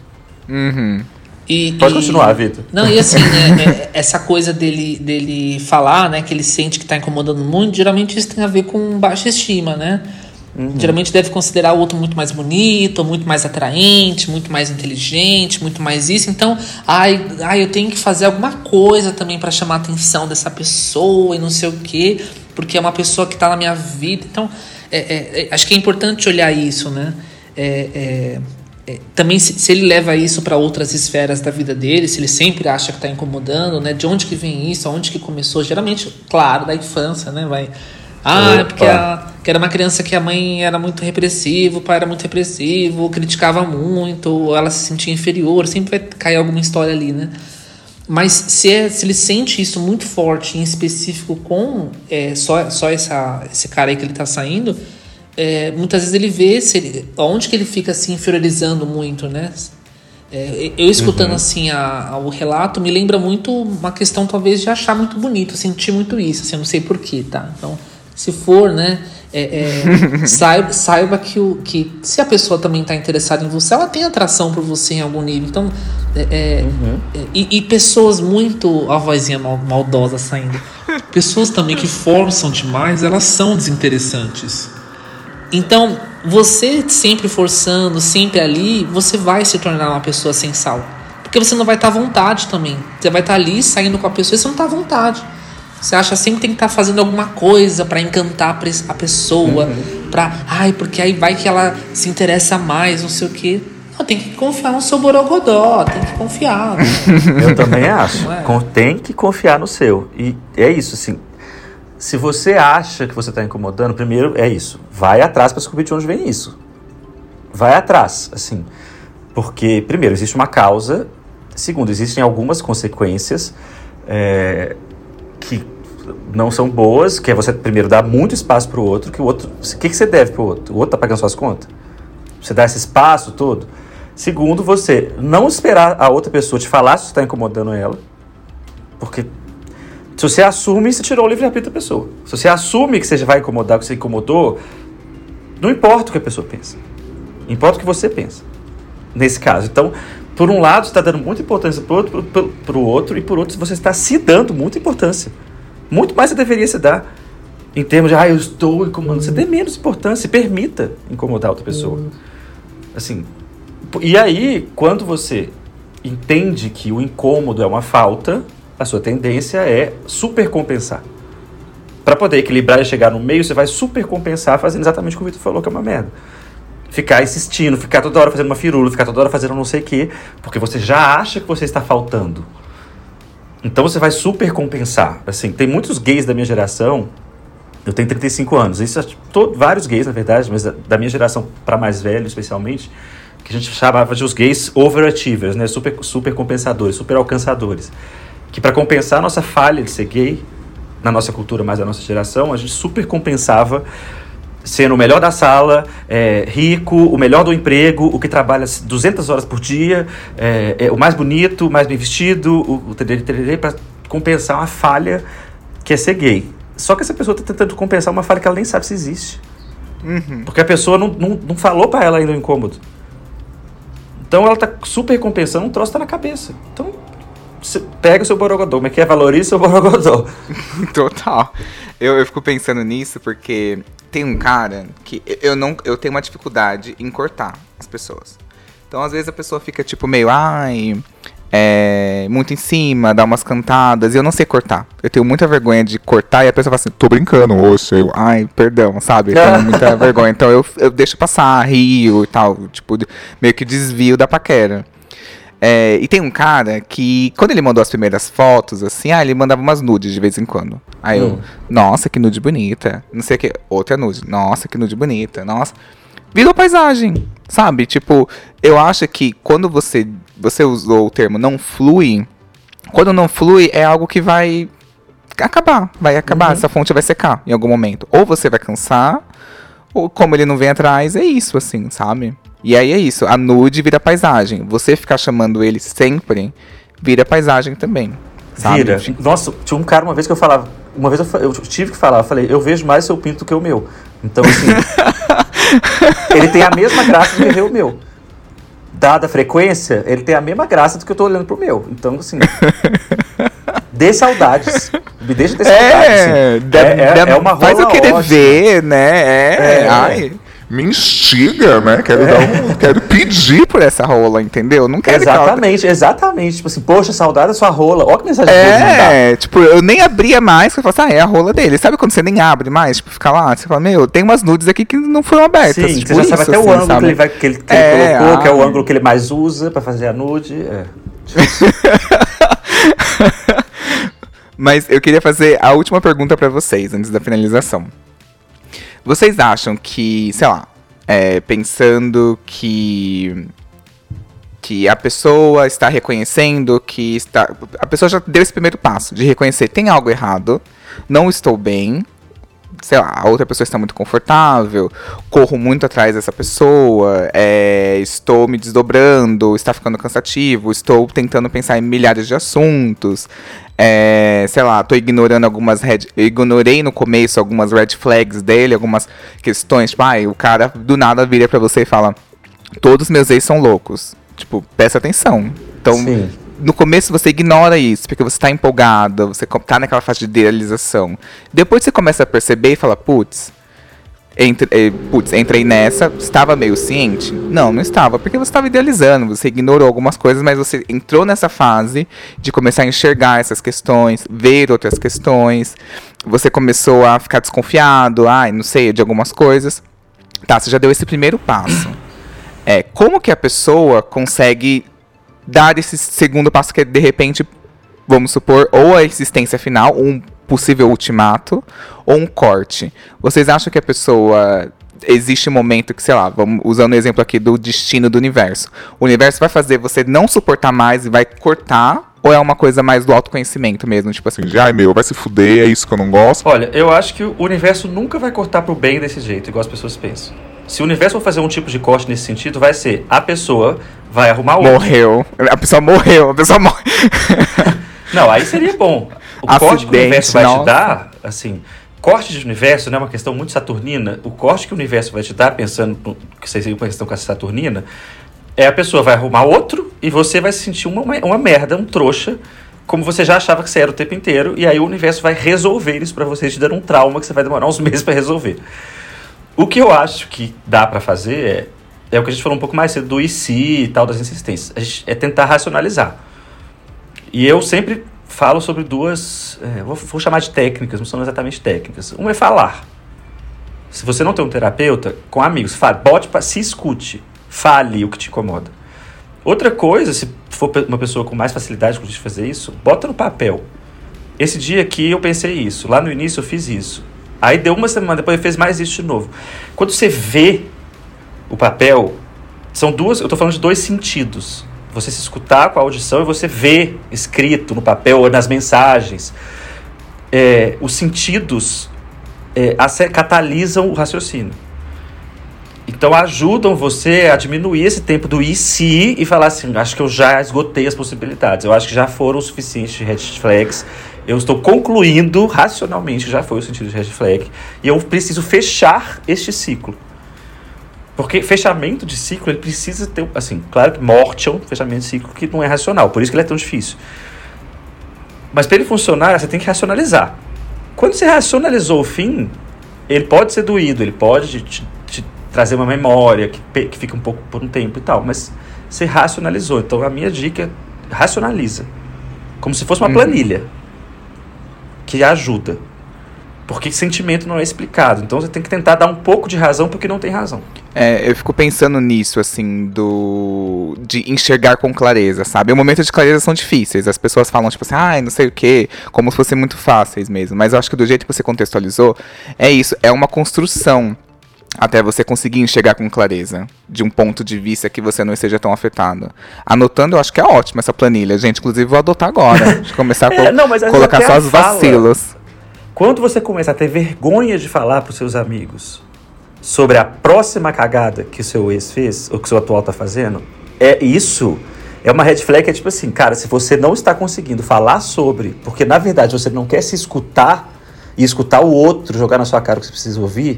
Pode continuar, Vitor. Não, e assim, né, essa coisa dele falar, né, que ele sente que está incomodando muito, geralmente isso tem a ver com baixa estima, né? Geralmente deve considerar o outro muito mais bonito, muito mais atraente, muito mais inteligente, muito mais isso. Então, eu tenho que fazer alguma coisa também para chamar a atenção dessa pessoa e não sei o quê, porque é uma pessoa que está na minha vida. Então, acho que é importante olhar isso, né? Também se ele leva isso para outras esferas da vida dele, se ele sempre acha que está incomodando, né? De onde que vem isso, aonde que começou? Geralmente, claro, da infância, né? Porque que era uma criança que a mãe era muito repressiva, o pai era muito repressivo, criticava muito, ou ela se sentia inferior, sempre vai cair alguma história ali, né? Mas se ele sente isso muito forte, em específico com só esse cara aí que ele tá saindo, muitas vezes ele vê onde que ele fica se inferiorizando muito, né? Eu escutando assim o relato, me lembra muito uma questão talvez de achar muito bonito, sentir muito isso, assim, eu não sei porquê, tá? Então, se for, né, saiba que se a pessoa também está interessada em você, ela tem atração por você em algum nível. Então, e pessoas muito... A vozinha maldosa saindo. Pessoas também que forçam demais, elas são desinteressantes. Então, você sempre forçando, sempre ali, você vai se tornar uma pessoa sem sal. Porque você não vai estar à vontade também. Você vai estar ali saindo com a pessoa e você não está à vontade. Você acha sempre que tem que estar fazendo alguma coisa para encantar a pessoa, porque aí vai que ela se interessa mais, não sei o quê. Não, tem que confiar no seu borogodó, tem que confiar. Né? Eu também acho. Tem que confiar no seu. E é isso, assim. Se você acha que você está incomodando, primeiro é isso. Vai atrás para descobrir de onde vem isso. Vai atrás, assim. Porque, primeiro, existe uma causa. Segundo, existem algumas consequências que não são boas, que é você, primeiro, dar muito espaço para o outro, que o outro... O que você deve para o outro? O outro está pagando suas contas? Você dá esse espaço todo? Segundo, você não esperar a outra pessoa te falar se você está incomodando ela, porque se você assume, você tirou o livre-arbítrio da pessoa. Se você assume que você vai incomodar, que você incomodou, não importa o que a pessoa pensa. Importa o que você pensa. Nesse caso. Então, por um lado, você está dando muita importância para o outro, e por outro, você está se dando muita importância. Muito mais você deveria se dar. Em termos de, eu estou incomodando. Você dê menos importância, permita incomodar outra pessoa. Assim, e aí, quando você entende que o incômodo é uma falta, a sua tendência é supercompensar. Para poder equilibrar e chegar no meio, você vai supercompensar fazendo exatamente o que o Vitor falou, que é uma merda. Ficar insistindo, ficar toda hora fazendo uma firula, ficar toda hora fazendo não sei o quê, porque você já acha que você está faltando. Então você vai supercompensar. Assim, tem muitos gays da minha geração, eu tenho 35 anos, vários gays, na verdade, mas da minha geração para mais velho, especialmente, que a gente chamava de os gays overachievers, né? Super compensadores, super alcançadores. Que para compensar a nossa falha de ser gay, na nossa cultura, mais da nossa geração, a gente super compensava sendo o melhor da sala, rico, o melhor do emprego, o que trabalha 200 horas por dia, o mais bonito, o mais bem vestido, o tererê, para compensar uma falha que é ser gay. Só que essa pessoa está tentando compensar uma falha que ela nem sabe se existe. Porque a pessoa não falou para ela ainda o incômodo. Então ela está super compensando, um troço está na cabeça. Então pega o seu borogodó, como é que é? Valorize o seu borogodó. Total. Eu fico pensando nisso porque tem um cara que eu tenho uma dificuldade em cortar as pessoas. Então, às vezes, a pessoa fica, tipo, meio, muito em cima, dá umas cantadas, e eu não sei cortar. Eu tenho muita vergonha de cortar, e a pessoa fala assim, tô brincando, oxe, perdão, sabe? Eu tenho muita vergonha. Então, eu deixo passar, rio e tal, tipo, meio que desvio da paquera. E tem um cara que, quando ele mandou as primeiras fotos, assim, ele mandava umas nudes de vez em quando. Aí eu, nossa, que nude bonita. Não sei o que, outra nude. Nossa, que nude bonita. Nossa. Virou paisagem, sabe? Tipo, eu acho que quando você usou o termo não flui, quando não flui é algo que vai acabar. Essa fonte vai secar em algum momento. Ou você vai cansar, ou como ele não vem atrás, é isso, assim, sabe? E aí é isso, a nude vira paisagem. Você ficar chamando ele sempre, vira paisagem também, sabe? Vira. Nossa, tinha um cara uma vez que eu falava, eu tive que falar, eu falei, eu vejo mais seu pinto do que o meu. Então, assim, ele tem a mesma graça de ver o meu. Dada a frequência, ele tem a mesma graça do que eu tô olhando pro meu. Então, assim, dê saudades. Me deixa ter saudades. É uma rola faz eu querer ótima. ver, né? Ai. Me instiga, né? Quero Pedir por essa rola, entendeu? Não quero Exatamente. Tipo assim, poxa, saudade da sua rola. Olha que mensagem boa. Tipo, eu nem abria mais, porque eu falo assim, é a rola dele. Sabe quando você nem abre mais? Tipo, fica lá, você fala, meu, tem umas nudes aqui que não foram abertas. Sim, tipo, você já sabe até o ângulo sabe? que ele colocou, que é o ângulo que ele mais usa pra fazer a nude. Mas eu queria fazer a última pergunta pra vocês, antes da finalização. Vocês acham que, sei lá, pensando que a pessoa está reconhecendo a pessoa já deu esse primeiro passo de reconhecer, tem algo errado, não estou bem, sei lá, a outra pessoa está muito confortável, corro muito atrás dessa pessoa, estou me desdobrando, está ficando cansativo, estou tentando pensar em milhares de assuntos, sei lá, tô ignorando ignorei no começo algumas red flags dele, algumas questões, tipo, o cara do nada vira pra você e fala, todos meus ex são loucos. Tipo, presta atenção. Então, sim, no começo você ignora isso, porque você tá empolgado, você tá naquela fase de idealização. Depois você começa a perceber e fala, entrei nessa, estava meio ciente? Não estava, porque você estava idealizando, você ignorou algumas coisas, mas você entrou nessa fase de começar a enxergar essas questões, ver outras questões, você começou a ficar desconfiado, não sei, de algumas coisas. Tá, você já deu esse primeiro passo. Como que a pessoa consegue dar esse segundo passo que é, de repente, vamos supor, ou a existência final, um possível ultimato, ou um corte? Vocês acham que a pessoa... Existe um momento que, sei lá, usando o exemplo aqui do destino do universo. O universo vai fazer você não suportar mais e vai cortar, ou é uma coisa mais do autoconhecimento mesmo? Tipo assim, vai se fuder, é isso que eu não gosto. Olha, eu acho que o universo nunca vai cortar pro bem desse jeito, igual as pessoas pensam. Se o universo for fazer um tipo de corte nesse sentido, vai ser a pessoa vai arrumar outro. Morreu. A pessoa morre. Não, aí seria bom. O corte que o universo vai te dar, assim, corte de universo não é uma questão muito saturnina. O corte que o universo vai te dar, pensando que seria uma questão com essa saturnina, a pessoa vai arrumar outro e você vai se sentir uma merda, um trouxa, como você já achava que você era o tempo inteiro, e aí o universo vai resolver isso pra você, te dando um trauma que você vai demorar uns meses pra resolver. O que eu acho que dá pra fazer é o que a gente falou um pouco mais cedo do e se e tal, das insistências. É tentar racionalizar. E eu sempre falo sobre duas, vou chamar de técnicas, não são exatamente técnicas. Uma é falar. Se você não tem um terapeuta, com amigos, se escute, fale o que te incomoda. Outra coisa, se for uma pessoa com mais facilidade de fazer isso, bota no papel. Esse dia aqui eu pensei isso, lá no início eu fiz isso. Aí deu uma semana, depois fez mais isso de novo. Quando você vê o papel, eu tô falando de dois sentidos. Você se escutar com a audição e você ver escrito no papel ou nas mensagens. Os sentidos catalisam o raciocínio. Então ajudam você a diminuir esse tempo do e se e falar assim, acho que eu já esgotei as possibilidades. Eu acho que já foram o suficiente de red flags. Eu estou concluindo racionalmente, já foi o sentido de red flag, e eu preciso fechar este ciclo. Porque fechamento de ciclo, ele precisa ter, assim, claro que morte é um fechamento de ciclo que não é racional, por isso que ele é tão difícil. Mas para ele funcionar, você tem que racionalizar. Quando você racionalizou o fim, ele pode ser doído, ele pode te trazer uma memória que fica um pouco por um tempo e tal, mas você racionalizou. Então a minha dica é racionaliza. Como se fosse uma planilha que ajuda. Porque sentimento não é explicado. Então você tem que tentar dar um pouco de razão porque não tem razão. Eu fico pensando nisso, assim, de enxergar com clareza, sabe? Os momentos de clareza são difíceis. As pessoas falam, tipo assim, não sei o quê, como se fossem muito fáceis mesmo. Mas eu acho que do jeito que você contextualizou, é isso. É uma construção até você conseguir enxergar com clareza, de um ponto de vista que você não esteja tão afetado. Anotando, eu acho que é ótimo essa planilha. Gente, inclusive, vou adotar agora. De começar a colocar só os vacilos. Quando você começa a ter vergonha de falar para os seus amigos sobre a próxima cagada que o seu ex fez, ou que o seu atual tá fazendo, é uma red flag, é tipo assim, cara, se você não está conseguindo falar sobre, porque na verdade você não quer se escutar e escutar o outro jogar na sua cara o que você precisa ouvir,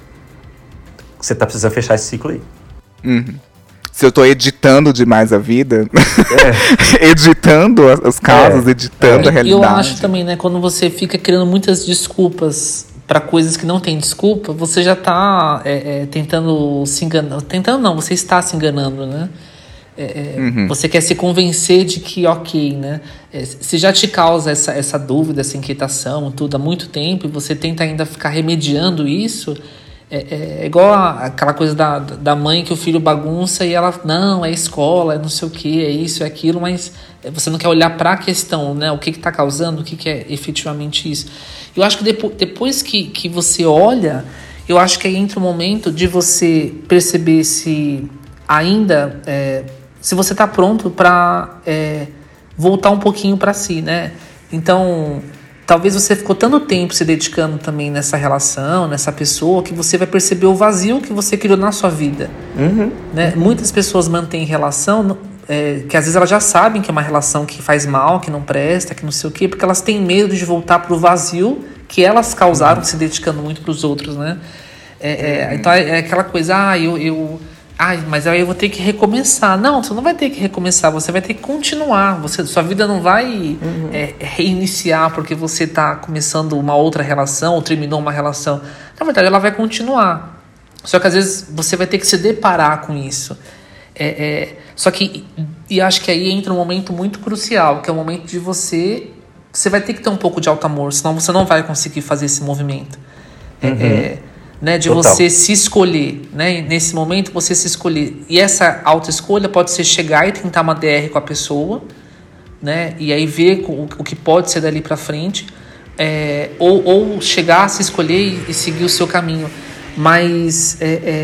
você tá precisando fechar esse ciclo aí. Uhum. Se eu tô editando demais a vida, editando os casos, editando a realidade. E eu acho também, né, quando você fica criando muitas desculpas para coisas que não tem desculpa, você já tá tentando se enganar. Tentando não, você está se enganando, né? Você quer se convencer de que ok, né? Se já te causa essa dúvida, essa inquietação, tudo há muito tempo, e você tenta ainda ficar remediando isso, é igual aquela coisa da mãe que o filho bagunça e ela, não, é escola, é não sei o que, é isso, é aquilo, mas você não quer olhar para a questão, né? O que está causando, o que é efetivamente isso. Eu acho que depois que você olha, eu acho que aí entra o momento de você perceber se ainda, se você está pronto para voltar um pouquinho para si, né? Então, talvez você ficou tanto tempo se dedicando também nessa relação, nessa pessoa, que você vai perceber o vazio que você criou na sua vida. Né? Muitas pessoas mantêm relação que às vezes elas já sabem que é uma relação que faz mal, que não presta, que não sei o quê, porque elas têm medo de voltar pro vazio que elas causaram se dedicando muito pros outros, né? Então é aquela coisa, mas aí eu vou ter que recomeçar. Não, você não vai ter que recomeçar, você vai ter que continuar. Sua vida não vai reiniciar porque você está começando uma outra relação ou terminou uma relação. Na verdade, ela vai continuar. Só que às vezes você vai ter que se deparar com isso. Só que, e acho que aí entra um momento muito crucial, que é o momento de você vai ter que ter um pouco de auto-amor, senão você não vai conseguir fazer esse movimento. Né, de Total. Você se escolher, né? Nesse momento você se escolher. E essa autoescolha pode ser chegar e tentar uma DR com a pessoa, né? E aí ver o que pode ser dali pra frente, ou chegar, se escolher e seguir o seu caminho. Mas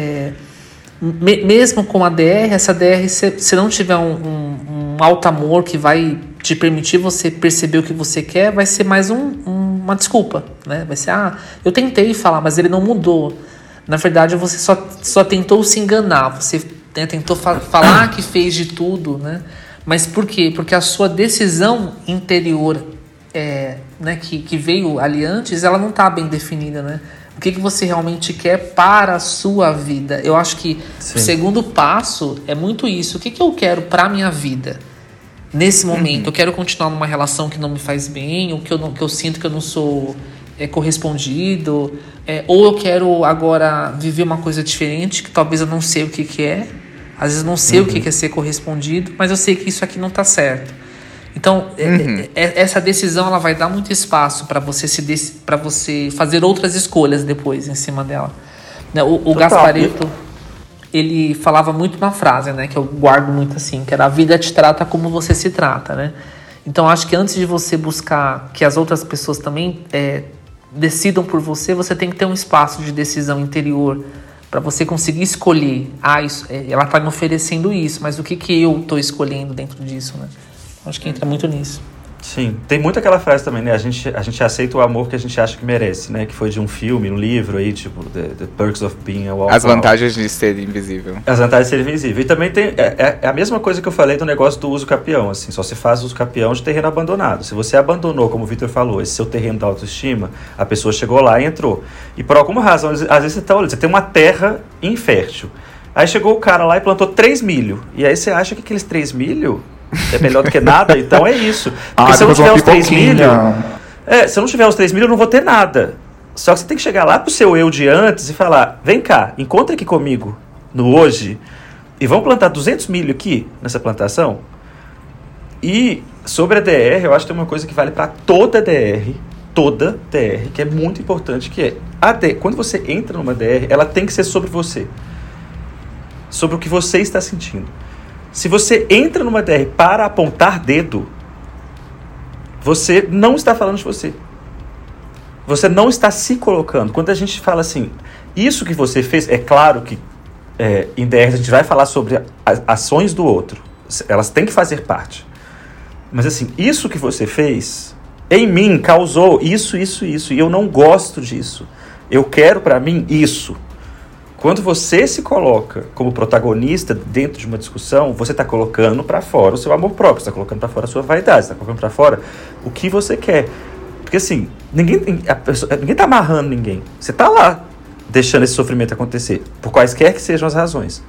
mesmo com a DR, essa DR, se não tiver um alto amor que vai te permitir você perceber o que você quer, vai ser mais uma desculpa, né? Vai ser, eu tentei falar, mas ele não mudou. Na verdade, você só tentou se enganar, você tentou falar que fez de tudo, né? Mas por quê? Porque a sua decisão interior, né, que veio ali antes, ela não está bem definida, né? O que você realmente quer para a sua vida? Eu acho que Sim. O segundo passo é muito isso. O que eu quero para a minha vida? Nesse momento, eu quero continuar numa relação que não me faz bem, ou que eu sinto que eu não sou correspondido, ou eu quero agora viver uma coisa diferente, que talvez eu não sei o que é. Às vezes eu não sei o que é ser correspondido, mas eu sei que isso aqui não está certo. Então, essa decisão ela vai dar muito espaço para você fazer outras escolhas depois em cima dela. O Gasparetto, ele falava muito uma frase, né, que eu guardo muito assim, que era: a vida te trata como você se trata, né? Então, acho que antes de você buscar que as outras pessoas também decidam por você, você tem que ter um espaço de decisão interior para você conseguir escolher. Ela está me oferecendo isso, mas o que eu estou escolhendo dentro disso, né? Acho que entra muito nisso. Sim, tem muito aquela frase também, né? A gente aceita o amor que a gente acha que merece, né? Que foi de um filme, um livro aí, tipo The Perks of Being a Wallflower. As vantagens de ser invisível. As vantagens de ser invisível. E também tem a mesma coisa que eu falei do negócio do uso capião, assim. Só se faz uso capião de terreno abandonado. Se você abandonou, como o Victor falou, esse seu terreno da autoestima, a pessoa chegou lá e entrou. E por alguma razão, às vezes você tá olhando, você tem uma terra infértil. Aí chegou o cara lá e plantou 3 milho. E aí você acha que aqueles 3 milho é melhor do que nada, então é isso. Porque Ah, se eu não depois tiver uma os 3 pipoquinha. milhos, se eu não tiver os 3 milhos, eu não vou ter nada. Só que você tem que chegar lá pro seu eu de antes e falar, vem cá, encontra aqui comigo no hoje e vamos plantar 200 milho aqui nessa plantação. E sobre a DR, eu acho que tem uma coisa que vale para toda DR, que é muito importante, que é quando você entra numa DR, ela tem que ser sobre você. Sobre o que você está sentindo. Se você entra numa DR para apontar dedo, você não está falando de você. Você não está se colocando. Quando a gente fala assim, isso que você fez, é claro que em DR a gente vai falar sobre as ações do outro. Elas têm que fazer parte. Mas assim, isso que você fez, em mim, causou isso. E eu não gosto disso. Eu quero para mim isso. Quando você se coloca como protagonista dentro de uma discussão, você está colocando para fora o seu amor próprio, você está colocando para fora a sua vaidade, você está colocando para fora o que você quer. Porque assim, ninguém está amarrando ninguém. Você está lá, deixando esse sofrimento acontecer, por quaisquer que sejam as razões.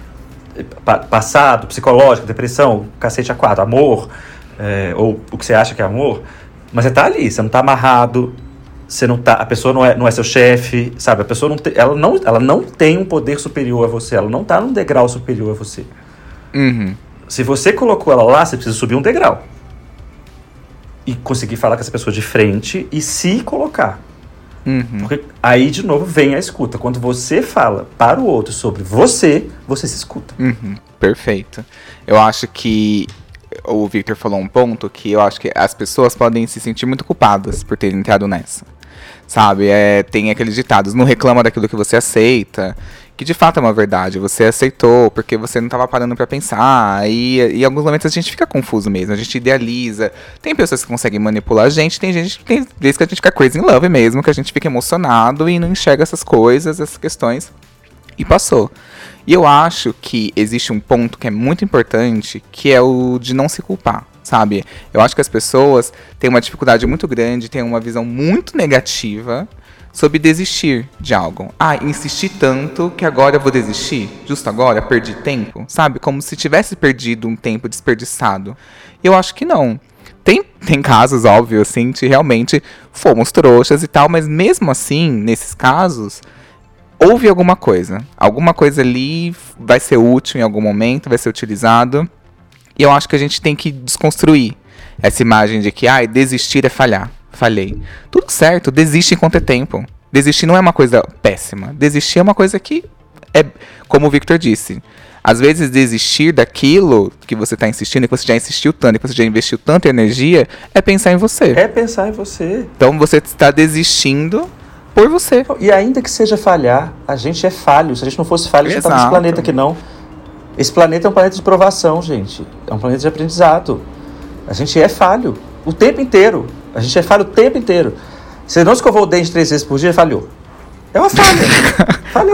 Passado, psicológico, depressão, cacete A4, amor, ou o que você acha que é amor, mas você está ali, você não está amarrado. Você não tá, a pessoa não é seu chefe, sabe? A pessoa ela não tem um poder superior a você, ela não está num degrau superior a você. Uhum. Se você colocou ela lá, você precisa subir um degrau. E conseguir falar com essa pessoa de frente e se colocar. Uhum. Porque aí, de novo, vem a escuta. Quando você fala para o outro sobre você se escuta. Uhum. Perfeito. Eu acho que o Victor falou um ponto que eu acho que as pessoas podem se sentir muito culpadas por terem entrado nessa. Sabe, tem aqueles ditados, não reclama daquilo que você aceita, que de fato é uma verdade, você aceitou porque você não estava parando para pensar, e em alguns momentos a gente fica confuso mesmo, a gente idealiza, tem pessoas que conseguem manipular a gente, tem vezes que a gente fica crazy in love mesmo, que a gente fica emocionado e não enxerga essas coisas, essas questões, e passou. E eu acho que existe um ponto que é muito importante, que é o de não se culpar. Sabe? Eu acho que as pessoas têm uma dificuldade muito grande, têm uma visão muito negativa sobre desistir de algo. Insisti tanto que agora eu vou desistir? Justo agora? Perdi tempo? Sabe? Como se tivesse perdido um tempo desperdiçado. Eu acho que não. Tem casos, óbvio, assim, de realmente fomos trouxas e tal, mas mesmo assim, nesses casos, houve alguma coisa. Alguma coisa ali vai ser útil em algum momento, vai ser utilizado. E eu acho que a gente tem que desconstruir essa imagem de que, desistir é falhar. Falhei. Tudo certo, desiste enquanto é tempo. Desistir não é uma coisa péssima. Desistir é uma coisa que é, como o Victor disse, às vezes desistir daquilo que você está insistindo, que você já insistiu tanto, que você já investiu tanta energia, é pensar em você. É pensar em você. Então você está desistindo por você. E ainda que seja falhar, a gente é falho. Se a gente não fosse falho, a gente não estava nesse planeta aqui, não. Esse planeta é um planeta de provação, gente. É um planeta de aprendizado. A gente é falho o tempo inteiro. A gente é falho o tempo inteiro. Você não escovou o dente 3 vezes por dia, falhou. É uma falha. Falhou.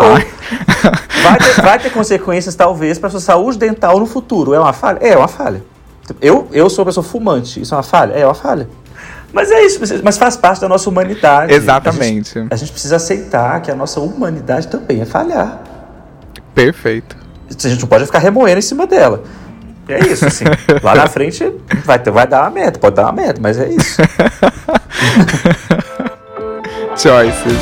Vai ter consequências, talvez, para a sua saúde dental no futuro. É uma falha? É uma falha. Eu sou uma pessoa fumante. Isso é uma falha? É uma falha. Mas é isso. Mas faz parte da nossa humanidade. Exatamente. A gente precisa aceitar que a nossa humanidade também é falhar. Perfeito. A gente não pode ficar remoendo em cima dela. É isso, assim. Lá na frente vai dar uma merda. Pode dar uma merda, mas é isso. Choices.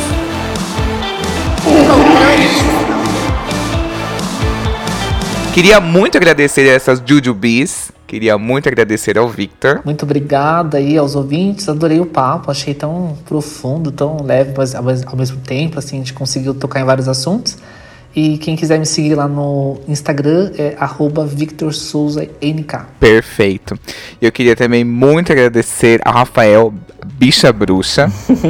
Queria muito agradecer a essas Jujubis. Queria muito agradecer ao Victor. Muito obrigada aí aos ouvintes. Adorei o papo. Achei tão profundo, tão leve, mas ao mesmo tempo, assim, a gente conseguiu tocar em vários assuntos. E quem quiser me seguir lá no Instagram é @VictorSouzaNK. Perfeito. E eu queria também muito agradecer ao Rafael Bicha Bruxa.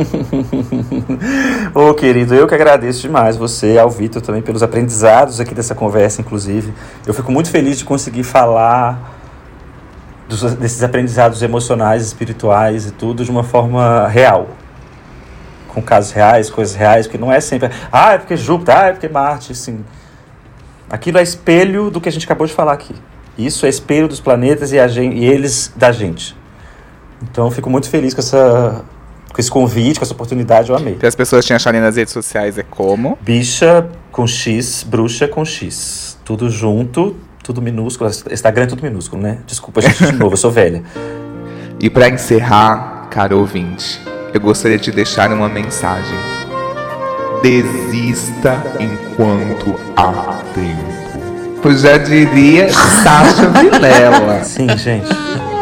Ô, querido, eu que agradeço demais você, ao Victor também, pelos aprendizados aqui dessa conversa, inclusive. Eu fico muito feliz de conseguir falar desses aprendizados emocionais, espirituais e tudo de uma forma real. Com casos reais, coisas reais, porque não é sempre é porque Júpiter, é porque Marte, assim. Aquilo é espelho do que a gente acabou de falar aqui. Isso é espelho dos planetas e eles da gente. Então eu fico muito feliz com esse convite, com essa oportunidade, eu amei. Se as pessoas te acharem nas redes sociais é como? Bicha com X, bruxa com X. Tudo junto, tudo minúsculo. Instagram é tudo minúsculo, né? Desculpa, gente, de novo, eu sou velha. E pra encerrar, caro ouvinte, eu gostaria de deixar uma mensagem. Desista enquanto há tempo. Pois já diria Sasha Vilela. Sim, gente.